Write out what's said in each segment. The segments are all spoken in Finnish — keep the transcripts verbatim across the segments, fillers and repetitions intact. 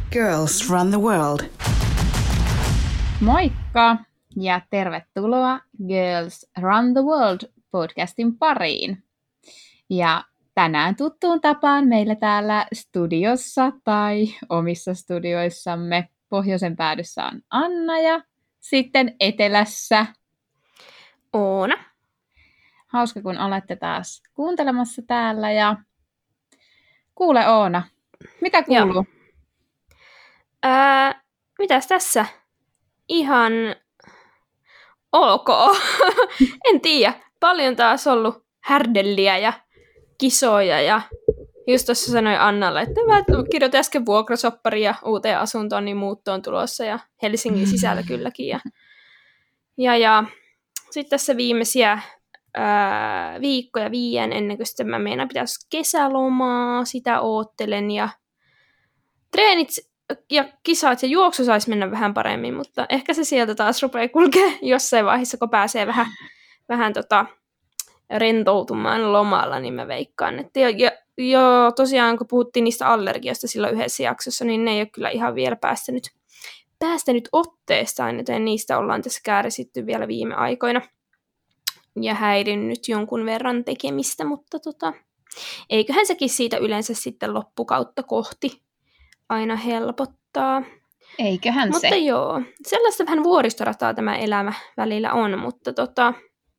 Girls run the world. Moikka ja tervetuloa Girls Run the World podcastin pariin. Ja tänään tuttuun tapaan meillä täällä studiossa tai omissa studioissamme pohjoisen päädyssä on Anna ja sitten etelässä Oona. Hauska, kun olette taas kuuntelemassa täällä ja kuule Oona, mitä kuuluu? Joo. Ää, mitäs tässä? Ihan ok. En tiedä. Paljon taas ollut härdelliä ja kisoja ja just tuossa sanoin Annalle, että mä kirjoitin äsken vuokrasopparia uuteen asuntoon, niin muutto on tulossa ja Helsingin sisällä kylläkin. Ja, ja, ja sitten tässä viimeisiä ää, viikkoja viien ennen kuin sitten mä meinaan pitäisi kesälomaa, sitä oottelen ja treenit ja kisat ja juoksu saisi mennä vähän paremmin, mutta ehkä se sieltä taas rupeaa kulkea jossain vaiheessa, kun pääsee vähän, vähän tota, rentoutumaan lomalla, niin mä veikkaan. Että jo, jo, jo tosiaan, kun puhuttiin niistä allergioista silloin yhdessä jaksossa, niin ne ei ole kyllä ihan vielä päästänyt, päästänyt otteestaan, joten niistä ollaan tässä käärisitty vielä viime aikoina ja häirinnyt jonkun verran tekemistä, mutta tota, eiköhän sekin siitä yleensä sitten loppukautta kohti aina helpottaa. Eiköhän mutta se. Mutta joo, sellaista vähän vuoristorataa tämä elämä välillä on, mutta tota,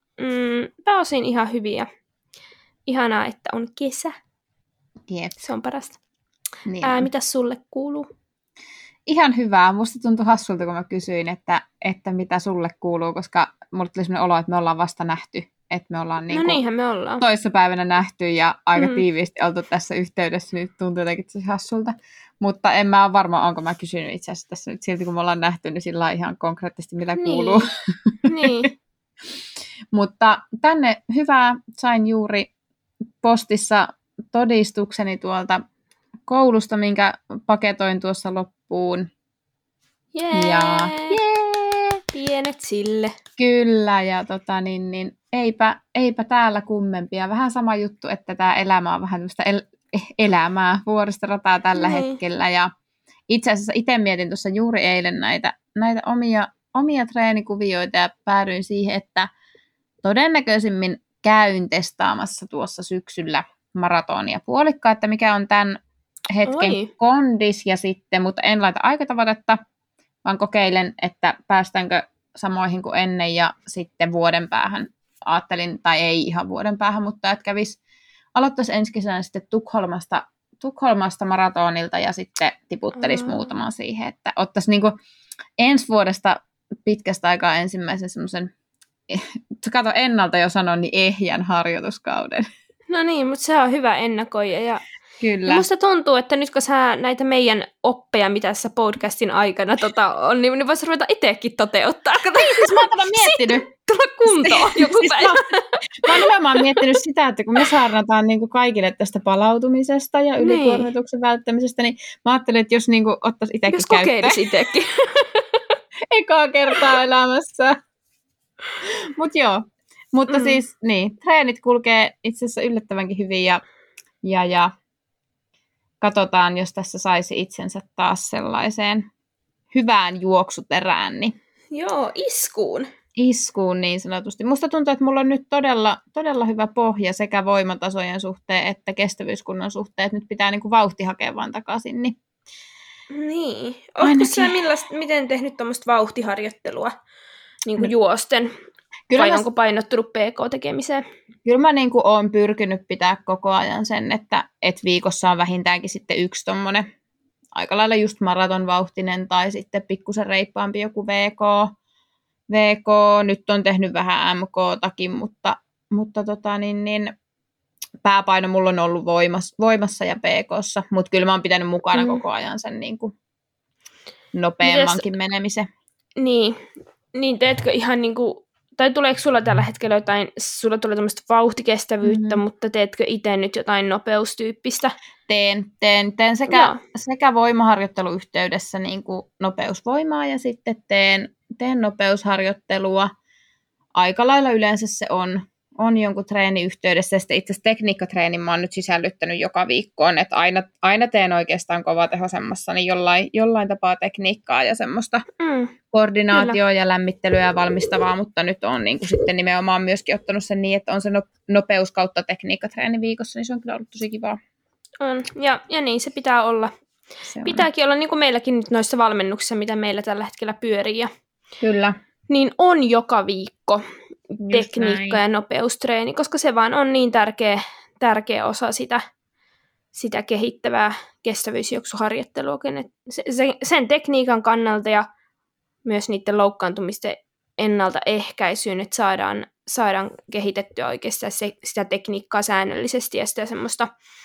mm, pääosin ihan hyviä. Ihanaa, että on kesä. Jep. Se on parasta. Niin Ää, on. mitäs sulle kuuluu? Ihan hyvää. Musta tuntui hassulta, kun mä kysyin, että, että mitä sulle kuuluu, koska mulle tuli sellainen olo, että me ollaan vasta nähty. Että me ollaan niin No niinhän me ollaan. toissapäivänä nähty ja aika Mm. tiiviisti oltu tässä yhteydessä. Nyt tuntuu jotenkin tosi hassulta. Mutta en mä ole varma, onko mä kysynyt itse asiassa tässä nyt silti, kun me ollaan nähty, niin sillä on ihan konkreettisesti mitä Niin. kuuluu. Niin. Mutta tänne hyvää. Sain juuri postissa todistukseni tuolta koulusta, minkä paketoin tuossa loppuun. Jee. Ja Jee. Pienet sille. kyllä, ja tota, niin, niin, eipä, eipä täällä kummempia. Vähän sama juttu, että tämä elämä on vähän tämmöistä el- elämää, vuoristorataa tällä Niin. hetkellä. Ja itse asiassa itse mietin tuossa juuri eilen näitä, näitä omia, omia treenikuvioita ja päädyin siihen, että todennäköisimmin käyn testaamassa tuossa syksyllä maratonia puolikkaa, että mikä on tämän hetken Oi. kondis ja sitten, mutta en laita aikatavoitetta, vaan kokeilen, että päästäänkö samoihin kuin ennen ja sitten vuoden päähän ajattelin, tai ei ihan vuoden päähän, mutta että kävisi, aloittaisi ensi kesänä sitten Tukholmasta, Tukholmasta maratonilta ja sitten tiputtelisi Mm. muutaman siihen, että ottaisi niin kuin ensi vuodesta pitkästä aikaa ensimmäisen semmoisen, kato ennalta jo sanon, niin ehjän harjoituskauden. No niin, mutta se on hyvä ennakoija. Ja Kyllä. musta tuntuu, että nyt kun sä näitä meidän oppeja, mitä tässä podcastin aikana tota, on, niin, niin voisi ruveta itsekin toteuttaa. Kato, Siis mä oon tätä miettinyt. tulla kuntoon joku Siis päivä. Mä, mä oon nimenomaan miettinyt sitä, että kun me saarnataan niin kuin kaikille tästä palautumisesta ja ylikuormituksen välttämisestä, niin mä ajattelin, että jos niin kuin ottaisi itsekin Jos käyttöön kokeilisi itsekin. ekaa kertaa elämässä. Mut joo. Mutta Mm. siis niin, treenit kulkee itse asiassa yllättävänkin hyvin ja, ja, ja katsotaan, jos tässä saisi itsensä taas sellaiseen hyvään juoksuterään, niin Joo, iskuun. iskuun niin sanotusti. Musta tuntuu, että mulla on nyt todella, todella hyvä pohja sekä voimatasojen suhteen että kestävyyskunnan suhteen, että nyt pitää niinku vauhti hakea vaan takaisin. Niin. Niin. Oletko Ainakin. sä millaista, miten tehnyt tuommoista vauhtiharjoittelua niin kuin No. juosten? Kyllä Vai mä, onko painottunut P K-tekemiseen? kyllä mä niinku oon pyrkinyt pitää koko ajan sen, että et viikossa on vähintäänkin sitten yksi tommonen aika lailla just maratonvauhtinen tai sitten pikkusen reippaampi joku V K. V K, nyt on tehnyt vähän M K-takin, mutta, mutta tota niin, niin, pääpaino mulla on ollut voimassa, voimassa ja P K:ssa, mutta kyllä mä oon pitänyt mukana Mm. koko ajan sen niin kuin nopeammankin menemisen. Niin. Niin teetkö ihan niin kuin, tai tuleeko sulla tällä hetkellä jotain, sulla tulee tämmöistä vauhtikestävyyttä, Mm-hmm. mutta teetkö itse nyt jotain nopeustyyppistä? Teen, teen, teen sekä, Joo. sekä voimaharjoitteluyhteydessä niin kuin nopeusvoimaa ja sitten teen, teen nopeusharjoittelua. Aika lailla yleensä se on, on jonkun treenin yhteydessä, ja sitten itse asiassa tekniikkatreenin mä oon nyt sisällyttänyt joka viikkoon, että aina, aina teen oikeastaan kovatehosemmassa, niin jollain, jollain tapaa tekniikkaa ja semmoista mm, koordinaatioa kyllä. ja lämmittelyä ja valmistavaa, mutta nyt on niin kuin sitten nimenomaan myöskin ottanut sen niin, että on se nopeus kautta tekniikkatreeni viikossa, niin se on kyllä ollut tosi kivaa. On, ja, ja niin se pitää olla. Se Pitääkin olla niin kuin meilläkin nyt noissa valmennuksissa, mitä meillä tällä hetkellä pyörii. Ja kyllä. Niin on joka viikko tekniikka ja nopeustreeni, koska se vaan on niin tärkeä, tärkeä osa sitä, sitä kehittävää kestävyysjuoksuharjoittelua. Se, se, sen tekniikan kannalta ja myös niiden loukkaantumisten ennaltaehkäisyyn, että saadaan, saadaan kehitettyä oikeastaan se, sitä tekniikkaa säännöllisesti ja sitä semmoista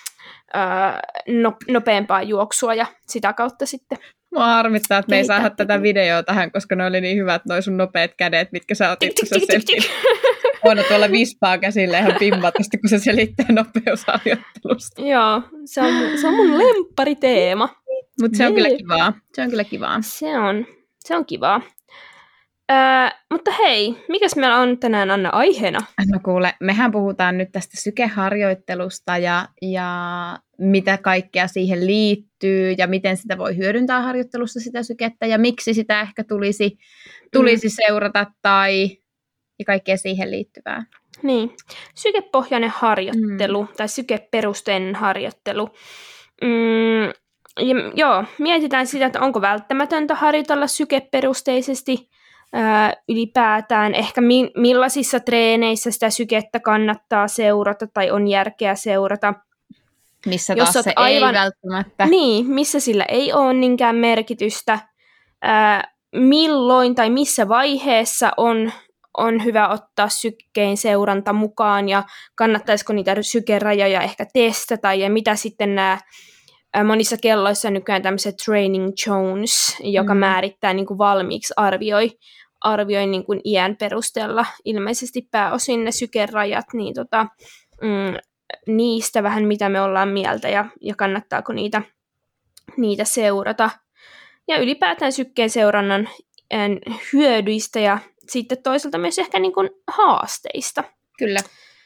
öö, nopeampaa juoksua ja sitä kautta sitten. Mua harmittaa, että me ei saada tätä videoa tähän, koska ne oli niin hyvät noi sun nopeat kädet, mitkä sä otit, kun sä selitit. Oona tuolla vispaa käsillä ihan pimmatusti, kun se selittää nopeusharjoittelusta. Joo, se on, se on mun lemppariteema. Mutta se on kyllä kivaa. Se on kyllä kivaa. Se on, se on kivaa. Öö, mutta hei, mikäs meillä on tänään, Anna, aiheena? No kuule, mehän puhutaan nyt tästä sykeharjoittelusta ja, ja mitä kaikkea siihen liittyy ja miten sitä voi hyödyntää harjoittelussa sitä sykettä ja miksi sitä ehkä tulisi, tulisi mm. seurata tai ja kaikkea siihen liittyvää. Niin, sykepohjainen harjoittelu mm. tai sykeperusteinen harjoittelu. Mm, ja, joo, mietitään sitä, että onko välttämätöntä harjoitella sykeperusteisesti ää, ylipäätään. Ehkä mi- millaisissa treeneissä sitä sykettä kannattaa seurata tai on järkeä seurata. Missä taas se aivan, ei välttämättä. Niin, missä sillä ei ole niinkään merkitystä. Ää, milloin tai missä vaiheessa on, on hyvä ottaa sykkeen seuranta mukaan ja kannattaisiko niitä sykerajoja ehkä testata ja mitä sitten nämä ää, monissa kelloissa nykyään tämmöiset training zones, joka mm. määrittää niin kuin valmiiksi arvioi, arvioi niin kuin iän perusteella ilmeisesti pääosin ne sykerajat, niin tota, mm, niistä vähän mitä me ollaan mieltä ja, ja kannattaako niitä, niitä seurata. Ja ylipäätään sykkeen seurannan hyödyistä ja sitten toisaalta myös ehkä niin kuin haasteista. Kyllä.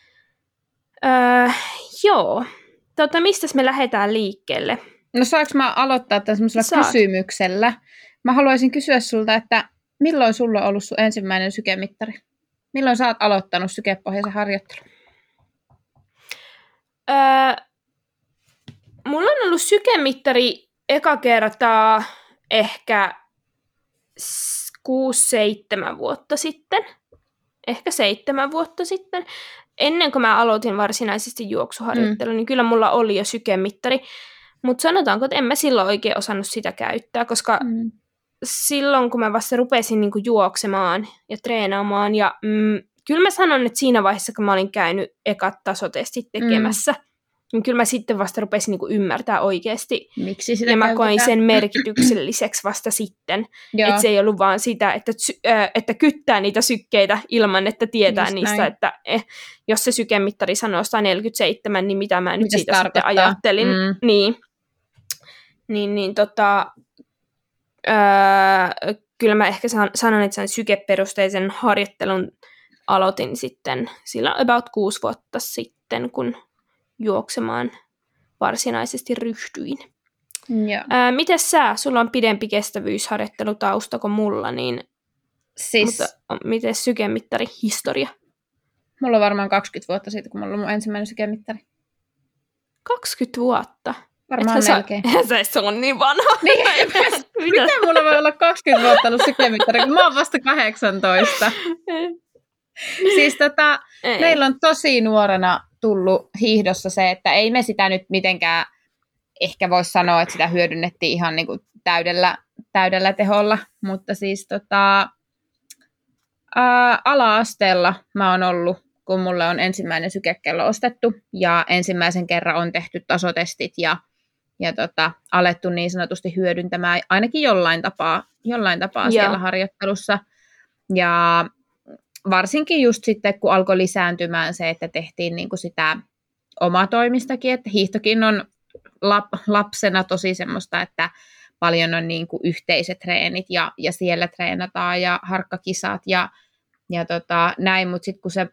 Öö, joo. Tota, mistä me lähdetään liikkeelle? No saanko mä aloittaa tämän semmoisella kysymyksellä? Mä haluaisin kysyä sulta, että milloin sulla on ollut sun ensimmäinen sykemittari? Milloin sä oot aloittanut sykepohjaisen harjoittelun? Öö, mulla on ollut sykemittari eka kertaa ehkä kuusi seitsemän vuotta sitten. Ehkä seitsemän vuotta sitten. Ennen kuin mä aloitin varsinaisesti juoksuharjoittelun, mm. niin kyllä mulla oli jo sykemittari. Mutta sanotaanko, että en mä silloin oikein osannut sitä käyttää, koska mm. silloin kun mä vasta rupesin niinku juoksemaan ja treenaamaan, ja mm, kyllä mä sanon, että siinä vaiheessa, kun mä olin käynyt ekat tasotestit tekemässä, mm. niin kyllä mä sitten vasta rupesin niinku ymmärtää oikeasti. Miksi sitä ja mä käytetään? koin sen merkitykselliseksi vasta sitten. Että se ei ollut vaan sitä, että, äh, että kyttää niitä sykkeitä ilman, että tietää just niistä, näin. Että eh, jos se sykemittari sanoo sata neljäkymmentäseitsemän, niin mitä mä nyt mitä siitä sitten ajattelin. Mm. Niin, niin, niin tota, öö, kyllä mä ehkä sanon, että sen sykeperusteisen harjoittelun aloitin sitten sillä about kuusi vuotta sitten, kun juoksemaan varsinaisesti ryhtyin. Ää, mites sä? Sulla on pidempi kestävyysharjoittelutausta kuin mulla, niin siis, mutta miten sykemittari historia? Mulla on varmaan kaksikymmentä vuotta siitä, kun mulla on mun ensimmäinen sykemittari. kaksikymmentä vuotta? Varmaan Ethän melkein. Sä, sä on niin vanha. Niin, miten mulla voi olla kaksikymmentä vuotta ollut sykemittari, kun mä oon vasta kahdeksantoista. Siis tota, meillä on tosi nuorena tullut hiihdossa se, että ei me sitä nyt mitenkään ehkä voi sanoa, että sitä hyödynnettiin ihan niin kuin täydellä, täydellä teholla, mutta siis tota, ää, ala-asteella mä oon ollut, kun mulle on ensimmäinen sykekello ostettu ja ensimmäisen kerran on tehty tasotestit ja, ja tota, alettu niin sanotusti hyödyntämään ainakin jollain tapaa, jollain tapaa siellä harjoittelussa ja varsinkin just sitten, kun alkoi lisääntymään se, että tehtiin niin kuin sitä omatoimistakin, että hiihtokin on lap, lapsena tosi semmoista, että paljon on niin kuin yhteiset treenit ja, ja siellä treenataan ja harkkakisat ja, ja tota, näin, mutta sitten kun se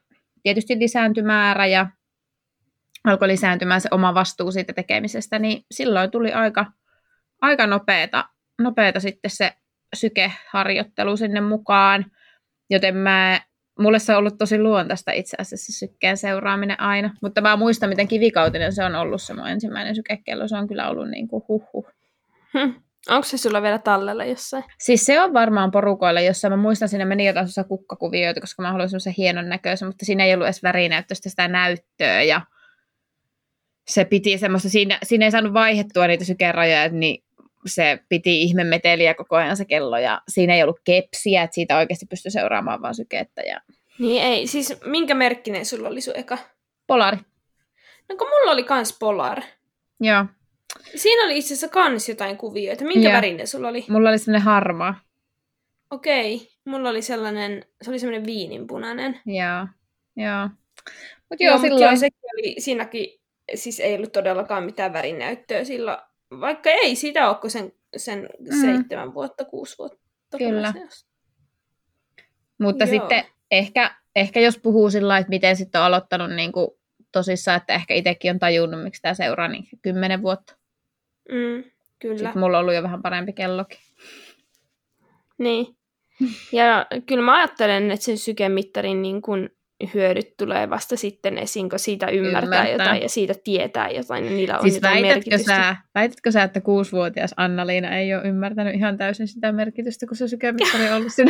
tietysti lisääntyi määrä ja alkoi lisääntymään se oma vastuu siitä tekemisestä, niin silloin tuli aika, aika nopeata, nopeata sitten se sykeharjoittelu sinne mukaan, joten mä, mulle se on ollut tosi luontaista itse asiassa sykkeen seuraaminen aina, mutta mä muistan, miten kivikautinen se on ollut se mun ensimmäinen sykekello, se on kyllä ollut niin kuin huh-huh. Hm. Onko se sulla vielä tallella jossain? Siis se on varmaan porukoilla, jossa mä muistan, siinä meni jotain kukkakuvioita, koska mä haluan semmoisen hienon näköisen, mutta siinä ei ollut edes värinäyttöistä sitä näyttöä ja se piti semmoista, siinä, siinä ei saanut vaihettua niitä sykerajoja, niin se piti ihmemeteliä koko ajan se kello ja siinä ei ollut kepsiä, että siitä oikeasti pystyi seuraamaan vaan sykettä. Ja... Niin ei, siis minkä merkkinen sulla oli sun eka? Polari. No kun mulla oli kans Polar. Joo. Siinä oli itse asiassa kans jotain kuvioita. Minkä Joo. värinen sulla oli? Mulla oli sellainen harmaa. Okei, mulla oli sellainen, se oli sellainen viininpunainen. Joo, joo. Mut Joo, joo, mut silloin... joo, sekin oli, siinäkin siis ei ollut todellakaan mitään värinäyttöä silloin, vaikka ei sitä ole kuin sen, sen mm. seitsemän vuotta, kuusi vuotta. Kyllä. Mutta joo. Sitten ehkä, ehkä jos puhuu sillä lailla, että miten sitten on aloittanut niin kuin tosissaan, että ehkä itsekin on tajunnut, miksi tämä seuraa niin kymmenen vuotta. Mm, kyllä. Sitten mulla on ollut jo vähän parempi kellokin. Niin. Ja kyllä mä ajattelen, että sen sykemittarin niin kun hyödyt tulee vasta sitten esiin, kun siitä ymmärtää, ymmärtää. jotain ja siitä tietää jotain, ja niillä on siis jotain väitätkö merkitystä. Sä, väitätkö sä, että kuusivuotias Anna-Liina ei ole ymmärtänyt ihan täysin sitä merkitystä, kun se sykemittari on ollut sinne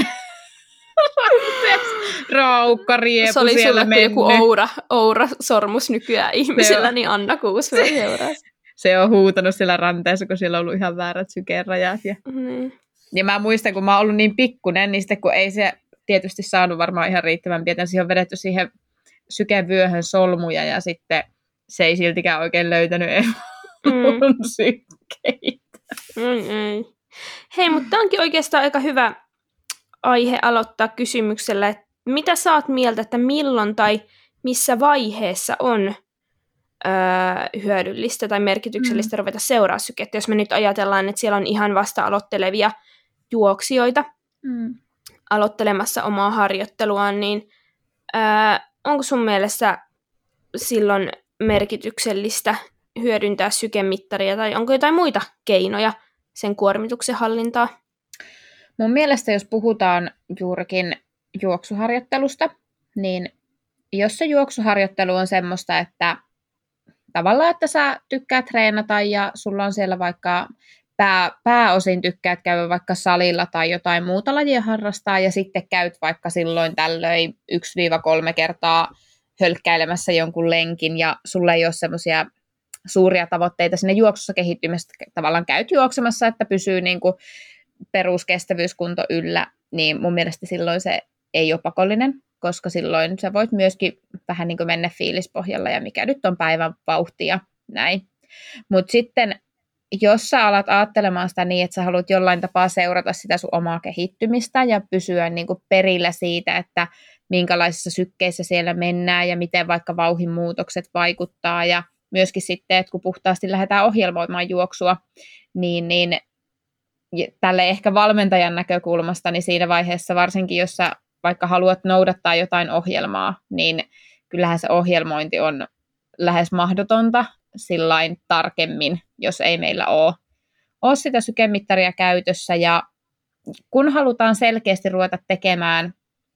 raukka riepu se oli siellä sulle joku oura, oura-sormus nykyään ihmisellä, niin Anna kuusi seuraa. Se on huutanut siellä ranteessa, kun siellä on ollut ihan väärät sykerajat. Ja... Mm. ja mä muistan, kun mä oon ollut niin pikkunen, niin sitten kun ei se tietysti saanut varmaan ihan riittävän pientä, siihen on vedetty siihen sykevyöhön solmuja ja sitten se ei siltikään oikein löytänyt mm. sykkeitä. Mm, ei. Hei, mutta tämä onkin oikeastaan aika hyvä aihe aloittaa kysymyksellä, että mitä sä oot mieltä, että milloin tai missä vaiheessa on öö, hyödyllistä tai merkityksellistä mm. ruveta seuraa sykettä, jos me nyt ajatellaan, että siellä on ihan vasta aloittelevia juoksijoita mm. aloittelemassa omaa harjoitteluaan, niin öö, onko sun mielestä silloin merkityksellistä hyödyntää sykemittaria tai onko jotain muita keinoja sen kuormituksen hallintaa? Mun mielestä, jos puhutaan juurikin juoksuharjoittelusta, niin jos se juoksuharjoittelu on semmoista, että tavallaan, että sä tykkäät treenata ja sulla on siellä vaikka pää, pääosin tykkäät käydä vaikka salilla tai jotain muuta lajia harrastaa ja sitten käyt vaikka silloin tällöin yksi kolme kertaa hölkkäilemässä jonkun lenkin ja sulla ei ole semmoisia suuria tavoitteita sinne juoksussa kehittymästä, tavallaan käyt juoksemassa, että pysyy niin kuin peruskestävyyskunto yllä, niin mun mielestä silloin se ei ole pakollinen, koska silloin sä voit myöskin vähän niin kuin mennä fiilispohjalla ja mikä nyt on päivän vauhti ja näin. Mutta sitten jos sä alat ajattelemaan sitä niin, että sä haluat jollain tapaa seurata sitä sun omaa kehittymistä ja pysyä niin kuin perillä siitä, että minkälaisissa sykkeissä siellä mennään ja miten vaikka vauhin muutokset vaikuttaa ja myöskin sitten, että kun puhtaasti lähdetään ohjelmoimaan juoksua, niin, niin tälle ehkä valmentajan näkökulmasta, niin siinä vaiheessa varsinkin, jos sä vaikka haluat noudattaa jotain ohjelmaa, niin kyllähän se ohjelmointi on lähes mahdotonta sillain tarkemmin, jos ei meillä ole, ole sitä sykemittaria käytössä. Ja kun halutaan selkeästi ruveta tekemään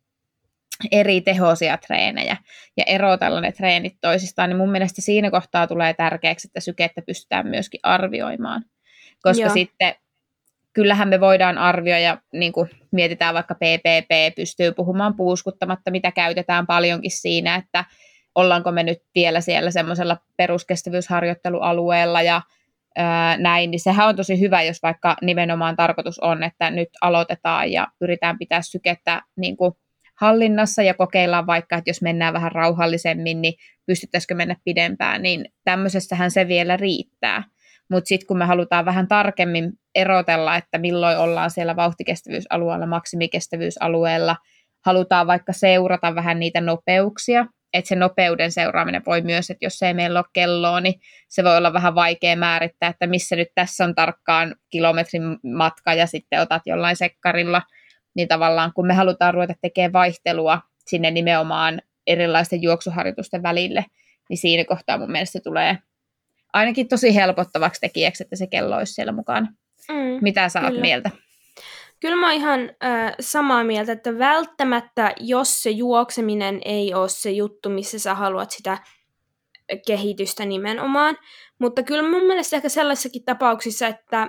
eri tehoisia treenejä ja erotella ne treenit toisistaan, niin mun mielestä siinä kohtaa tulee tärkeäksi, että sykettä pystytään myöskin arvioimaan. Koska Joo. sitten kyllähän me voidaan arvioida, niin kuin mietitään vaikka P P P, pystyy puhumaan puuskuttamatta, mitä käytetään paljonkin siinä, että ollaanko me nyt vielä siellä semmoisella peruskestävyysharjoittelualueella ja ää, näin, niin sehän on tosi hyvä, jos vaikka nimenomaan tarkoitus on, että nyt aloitetaan ja pyritään pitää sykettä niin kuin hallinnassa ja kokeillaan vaikka, että jos mennään vähän rauhallisemmin, niin pystyttäisikö mennä pidempään, niin tämmöisessähän se vielä riittää. Mutta sitten kun me halutaan vähän tarkemmin erotella, että milloin ollaan siellä vauhtikestävyysalueella, maksimikestävyysalueella, halutaan vaikka seurata vähän niitä nopeuksia, että se nopeuden seuraaminen voi myös, että jos ei meillä ole kelloa, niin se voi olla vähän vaikea määrittää, että missä nyt tässä on tarkkaan kilometrin matka ja sitten otat jollain sekkarilla, niin tavallaan kun me halutaan ruveta tekemään vaihtelua sinne nimenomaan erilaisten juoksuharjoitusten välille, niin siinä kohtaa mun mielestä se tulee ainakin tosi helpottavaksi tekijäksi, että se kello olisi siellä mukana. Mm, Mitä sä kyllä. oot mieltä? Kyllä mä oon ihan äh, samaa mieltä, että välttämättä, jos se juokseminen ei ole se juttu, missä sä haluat sitä kehitystä nimenomaan, mutta kyllä mun mielestä ehkä sellaisissakin tapauksissa, että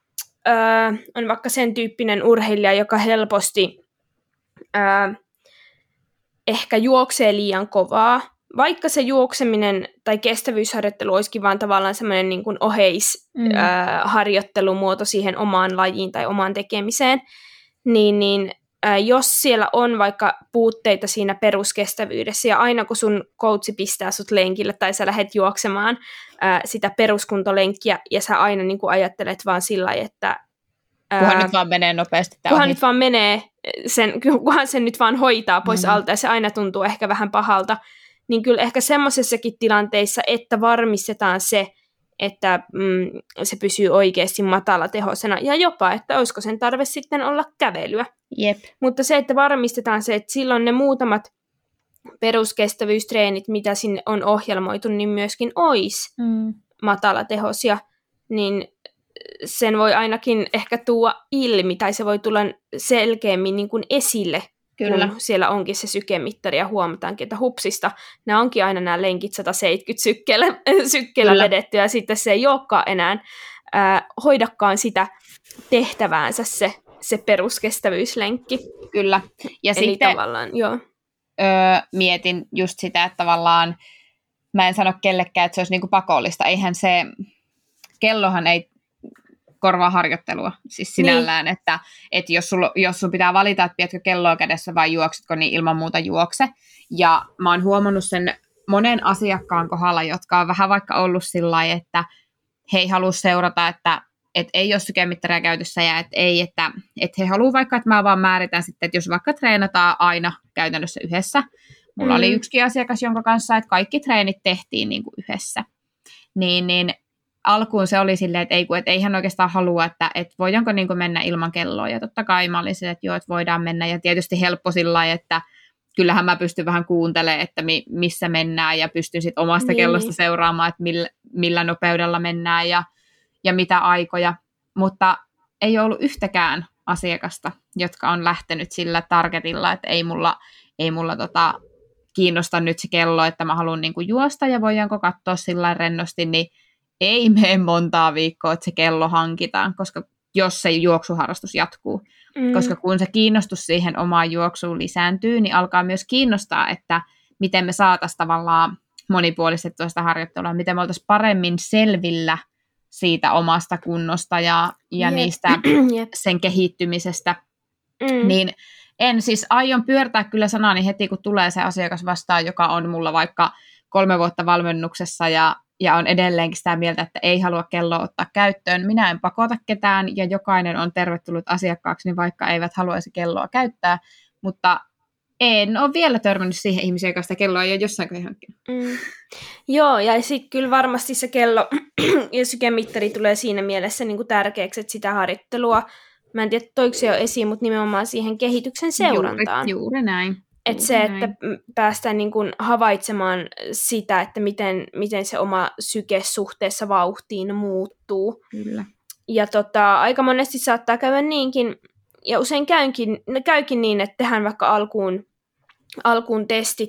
äh, on vaikka sen tyyppinen urheilija, joka helposti äh, ehkä juoksee liian kovaa, vaikka se juokseminen tai kestävyysharjoittelu olisikin vaan tavallaan semmoinen niin kuin oheisharjoittelumuoto mm. siihen omaan lajiin tai omaan tekemiseen, niin, niin äh, jos siellä on vaikka puutteita siinä peruskestävyydessä, ja aina kun sun coachi pistää sut lenkille tai sä lähdet juoksemaan äh, sitä peruskuntolenkkiä, ja sä aina niin kuin ajattelet vaan sillä lailla, että äh, kunhan nyt vaan menee nopeasti. Kunhan nyt vaan menee, sen, kunhan sen nyt vaan hoitaa pois mm. alta, ja se aina tuntuu ehkä vähän pahalta, niin kyllä ehkä semmoisessakin tilanteissa, että varmistetaan se, että mm, se pysyy oikeasti matalatehoisena, ja jopa, että olisiko sen tarve sitten olla kävelyä. Jep. Mutta se, että varmistetaan se, että silloin ne muutamat peruskestävyystreenit, mitä sinne on ohjelmoitu, niin myöskin olisi mm. matalatehoisia, niin sen voi ainakin ehkä tuoda ilmi, tai se voi tulla selkeämmin niin kuin esille, Kyllä. kun siellä onkin se sykemittari ja huomataankin, että hupsista, nämä onkin aina nämä lenkit sata seitsemänkymmentä sykkeellä, sykkeellä vedetty, ja sitten se ei olekaan enää ää, hoidakaan sitä tehtäväänsä se, se peruskestävyyslenkki. Kyllä. Ja Eli sitten tavallaan, joo. Öö, mietin just sitä, että tavallaan mä en sano kellekään, että se olisi niinku pakollista. Eihän se, kellohan ei korvaa harjoittelua siis sinällään, niin. että, että jos, sul, jos sun pitää valita, että pidätkö kelloa kädessä vai juoksetko, niin ilman muuta juokse. Ja mä oon huomannut sen monen asiakkaan kohdalla, jotka on vähän vaikka ollut sillä lailla, että he ei halua seurata, että, että ei ole sykemittaria käytössä ja että ei, että, että he haluaa vaikka, että mä vaan määritän sitten, että jos vaikka treenataan aina käytännössä yhdessä. Mulla mm. oli yksikin asiakas, jonka kanssa, että kaikki treenit tehtiin niin kuin yhdessä. Niin, niin alkuun se oli silleen, että ei, että ei hän oikeastaan halua, että, että voidaanko niin kuin mennä ilman kelloa. Ja totta kai mä olin silleen, että joo, että voidaan mennä. Ja tietysti helppo sillä lailla, että kyllähän mä pystyn vähän kuuntelemaan, että mi, missä mennään. Ja pystyn sitten omasta niin. kellosta seuraamaan, että millä, millä nopeudella mennään ja, ja mitä aikoja. Mutta ei ollut yhtäkään asiakasta, jotka on lähtenyt sillä targetilla, että ei mulla, ei mulla tota, kiinnosta nyt se kello, että mä haluan niin kuin juosta ja voidaanko katsoa sillä rennosti, niin ei mene montaa viikkoa, että se kello hankitaan, koska jos se juoksuharrastus jatkuu. Mm. Koska kun se kiinnostus siihen omaan juoksuun lisääntyy, niin alkaa myös kiinnostaa, että miten me saataisiin tavallaan monipuolistettua sitä harjoittelua, miten me oltaisiin paremmin selvillä siitä omasta kunnosta ja, ja yep. niistä yep. sen kehittymisestä. Mm. Niin en siis aion pyörtää kyllä sanani heti, kun tulee se asiakas vastaan, joka on mulla vaikka kolme vuotta valmennuksessa ja ja on edelleenkin sitä mieltä, että ei halua kelloa ottaa käyttöön. Minä en pakota ketään, ja jokainen on tervetullut asiakkaaksi, niin vaikka eivät haluaisi kelloa käyttää, mutta en ole vielä törmännyt siihen ihmisiä, joka sitä kelloa ei ole jossain kohden hankkinut. Mm. Joo, ja sitten kyllä varmasti se kello ja sykemittari tulee siinä mielessä niin kuin tärkeäksi, että sitä harjoittelua, mä en tiedä, toiko se jo esiin, mutta nimenomaan siihen kehityksen seurantaan. Juuri, juuri näin. Että se, että päästään niin kuin havaitsemaan sitä, että miten, miten se oma syke suhteessa vauhtiin muuttuu. Kyllä. Ja tota, aika monesti saattaa käydä niinkin, ja usein käynkin, käykin niin, että tehdään vaikka alkuun, alkuun testit,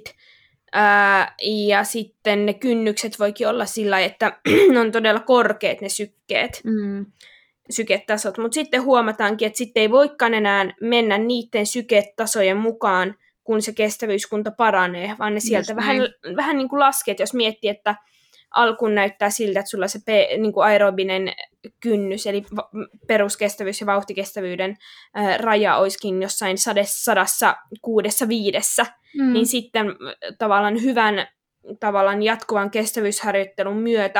ää, ja sitten ne kynnykset voikin olla sillä, että ne on todella korkeat ne sykkeet. Mm. syketasot, mutta sitten huomataankin, että sitten ei voikaan enää mennä niiden syketasojen mukaan, kun se kestävyyskunto paranee, vaan ne sieltä vähän, vähän niin kuin laskee, että jos miettii, että alkuun näyttää siltä, että sulla se pe- niin kuin aerobinen kynnys, eli va- peruskestävyys ja vauhtikestävyyden ää, raja olisikin jossain sadessa, sadassa, kuudessa, viidessä, mm. niin sitten tavallaan hyvän tavallaan jatkuvan kestävyysharjoittelun myötä,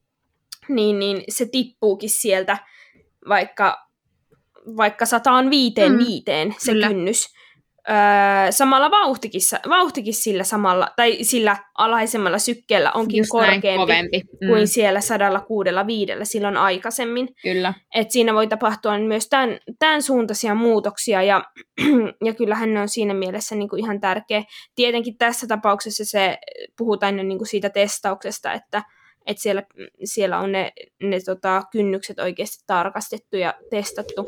niin, niin se tippuukin sieltä vaikka, vaikka sataan viiteen mm. viiteen se Kyllä. kynnys, öö, samalla vauhtikin, vauhtikin sillä samalla, tai sillä alhaisemmalla sykkeellä onkin Just näin, korkeampi kovempi. Mm. kuin siellä sadalla kuudella viidellä silloin aikaisemmin. Kyllä. Et siinä voi tapahtua myös tämän, tämän suuntaisia muutoksia, ja, ja kyllähän ne on siinä mielessä niin kuin ihan tärkeä. Tietenkin tässä tapauksessa se puhutaan niin kuin siitä testauksesta, että et siellä, siellä on ne, ne tota, kynnykset oikeasti tarkastettu ja testattu.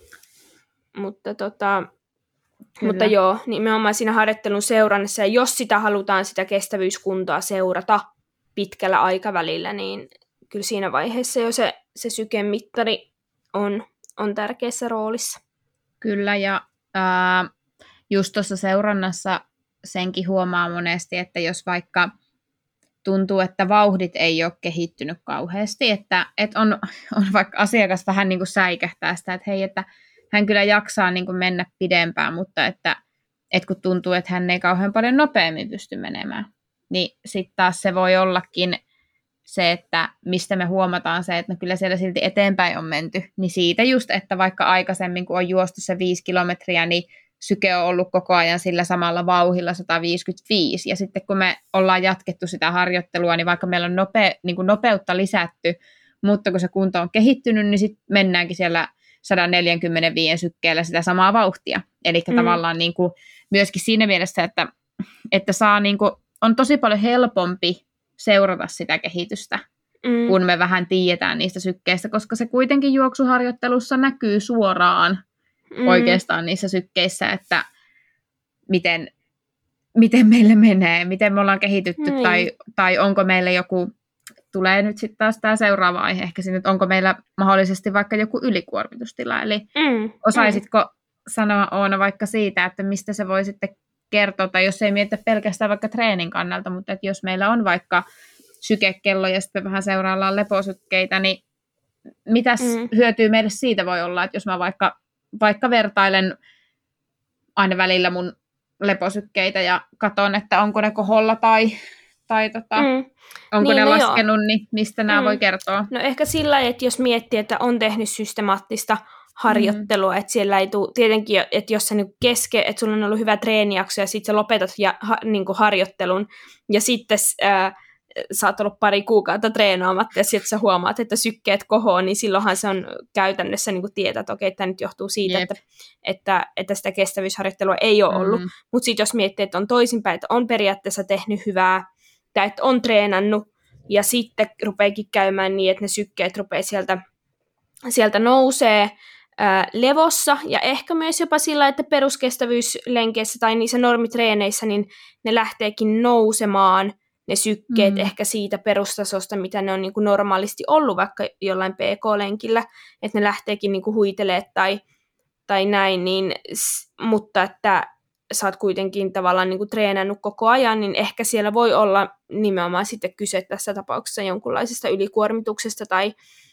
Mutta, tota, mutta joo, nimenomaan siinä harjoittelun seurannassa, ja jos sitä halutaan sitä kestävyyskuntoa seurata pitkällä aikavälillä, niin kyllä siinä vaiheessa jo se, se sykemittari on, on tärkeässä roolissa. Kyllä, ja ää, just tuossa seurannassa senkin huomaa monesti, että jos vaikka tuntuu, että vauhdit ei ole kehittynyt kauheasti, että, että on, on vaikka asiakas vähän niin kuin säikähtää sitä, että hei, että hän kyllä jaksaa niin kuin mennä pidempään, mutta että, että kun tuntuu, että hän ei kauhean paljon nopeammin pysty menemään, niin sitten taas se voi ollakin se, että mistä me huomataan se, että no kyllä siellä silti eteenpäin on menty, niin siitä just, että vaikka aikaisemmin, kun on juostu se viisi kilometriä, niin syke on ollut koko ajan sillä samalla vauhilla sata viisikymmentäviisi, ja sitten kun me ollaan jatkettu sitä harjoittelua, niin vaikka meillä on nope, niin kuin nopeutta lisätty, mutta kun se kunto on kehittynyt, niin sitten mennäänkin siellä sata neljäkymmentäviisi sykkeellä sitä samaa vauhtia. Eli mm. tavallaan niin kuin myöskin siinä mielessä, että, että saa niin kuin, on tosi paljon helpompi seurata sitä kehitystä, mm. kun me vähän tiedetään niistä sykkeistä, koska se kuitenkin juoksuharjoittelussa näkyy suoraan mm. oikeastaan niissä sykkeissä, että miten, miten meille menee, miten me ollaan kehitytty, mm. tai, tai onko meillä joku, tulee nyt sitten taas tämä seuraava aihe, ehkä siinä, että onko meillä mahdollisesti vaikka joku ylikuormitustila, eli mm. osaisitko mm. sanoa Oona vaikka siitä, että mistä se voi sitten kertoa, tai jos ei mietitä pelkästään vaikka treenin kannalta, mutta että jos meillä on vaikka sykekello ja sitten vähän seuraillaan leposykkeitä, niin mitäs mm. hyötyä meille siitä voi olla, että jos mä vaikka, vaikka vertailen aina välillä mun leposykkeitä ja katon, että onko ne koholla tai, tai tota, mm. onko niin, ne no laskenut, joo. Niin mistä nämä mm. voi kertoa? No ehkä sillä, että jos miettii, että on tehnyt systemaattista harjoittelua, mm. että siellä ei tule, tietenkin, että jos sä niinku keske, että sulla on ollut hyvä treenijakso ja sitten sä lopetat ja, ha, niinku harjoittelun ja sitten ää, sä oot ollut pari kuukautta treenaamatta ja sitten sä huomaat, että sykkeet kohoo, niin silloinhan se on käytännössä niinku tietää, että okei, tämä nyt johtuu siitä, että, että, että sitä kestävyysharjoittelua ei ole ollut. Mm. Mutta sitten jos miettii, että on toisinpäin, että on periaatteessa tehnyt hyvää tai että on treenannut ja sitten rupeekin käymään niin, että ne sykkeet rupeaa sieltä, sieltä nousee, Ää, levossa ja ehkä myös jopa sillä, että peruskestävyyslenkeissä tai niissä normitreeneissä, niin ne lähteekin nousemaan ne sykkeet mm. ehkä siitä perustasosta, mitä ne on niin kuin normaalisti ollut vaikka jollain P K-lenkillä, että ne lähteekin niin kuin huitelemaan tai, tai näin, niin, mutta että sä oot kuitenkin tavallaan niin kuin treenannut koko ajan, niin ehkä siellä voi olla nimenomaan sitten kyse tässä tapauksessa jonkunlaisesta ylikuormituksesta tai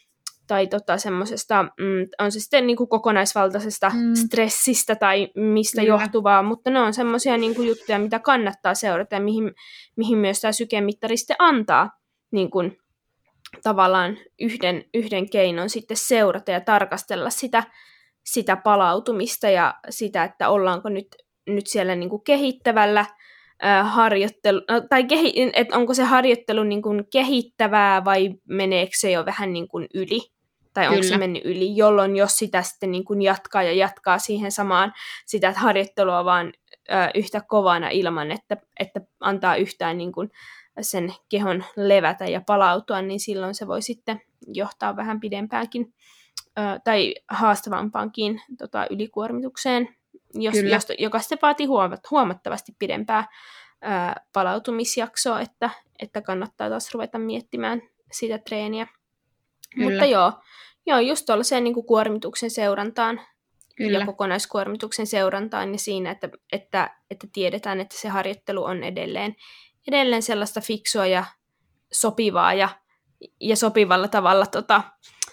tai tota semmoisesta, mm, on se sitten niin kuin kokonaisvaltaisesta mm. stressistä tai mistä Kyllä. johtuvaa, mutta ne on semmoisia niin kuin juttuja, mitä kannattaa seurata ja mihin, mihin myös tämä sykemittari sitten antaa niin kuin, tavallaan yhden, yhden keinon sitten seurata ja tarkastella sitä, sitä palautumista ja sitä, että ollaanko nyt, nyt siellä niin kuin kehittävällä ää, harjoittelu, tai kehi, että onko se harjoittelu niin kuin kehittävää vai meneekö se jo vähän niin kuin yli. Tai onko Kyllä. se mennyt yli, jolloin jos sitä sitten niin kuin jatkaa ja jatkaa siihen samaan sitä että harjoittelua vaan ö, yhtä kovana ilman, että, että antaa yhtään niin kuin sen kehon levätä ja palautua, niin silloin se voi sitten johtaa vähän pidempäänkin ö, tai haastavampaankin tota, ylikuormitukseen, jos, jos, joka sitten vaatii huomattavasti pidempää ö, palautumisjaksoa, että, että kannattaa taas ruveta miettimään sitä treeniä. Kyllä. Mutta joo, joo just tuollaiseen niin kuin kuormituksen seurantaan Kyllä. ja kokonaiskuormituksen seurantaan ja siinä, että, että, että tiedetään, että se harjoittelu on edelleen, edelleen sellaista fiksua ja sopivaa ja, ja sopivalla tavalla tota,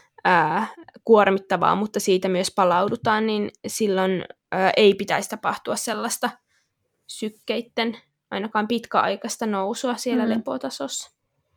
ää, kuormittavaa, mutta siitä myös palaudutaan, niin silloin ää, ei pitäisi tapahtua sellaista sykkeitten ainakaan pitkäaikaista nousua siellä mm. lepotasossa.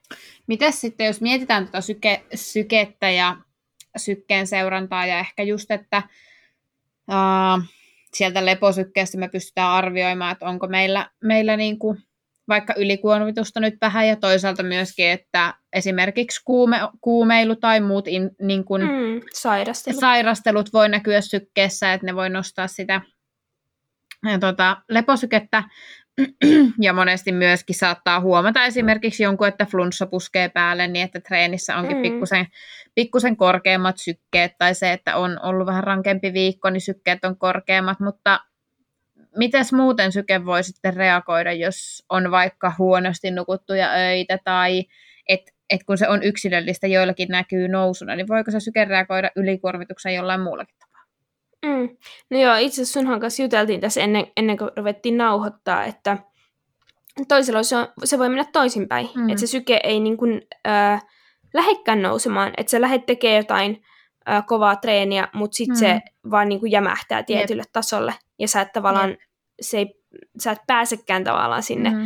Mites sitten, jos mietitään tuota syke, sykettä ja sykkeen seurantaa ja ehkä just, että uh, sieltä leposykkeestä me pystytään arvioimaan, että onko meillä, meillä niin kuin vaikka ylikuormitusta nyt vähän, ja toisaalta myöskin, että esimerkiksi kuume, kuumeilu tai muut in, niin kuin mm, sairastelut. sairastelut voi näkyä sykkeessä, että ne voi nostaa sitä ja tota, leposykettä, ja monesti myöskin saattaa huomata esimerkiksi jonkun, että flunssa puskee päälle, niin että treenissä onkin mm. pikkusen, pikkusen korkeammat sykkeet, tai se, että on ollut vähän rankempi viikko, niin sykkeet on korkeammat, mutta mites muuten syke voi sitten reagoida, jos on vaikka huonosti nukuttuja öitä, tai että et kun se on yksilöllistä, joillakin näkyy nousuna, niin voiko se syke reagoida ylikuormitukseen jollain muullakin tapaa? Mm. No joo, itse asiassa sunhan kanssa juteltiin tässä ennen, ennen kuin ruvettiin nauhoittaa, että toisella se, on, se voi mennä toisinpäin, mm. että se syke ei niin kuin, äh, lähdekään nousemaan, että sä lähdet tekemään jotain äh, kovaa treeniä, mutta sitten mm. se vaan niin kuin jämähtää tietylle Jep. tasolle, ja sä et tavallaan, se ei, sä et pääsekään tavallaan sinne mm.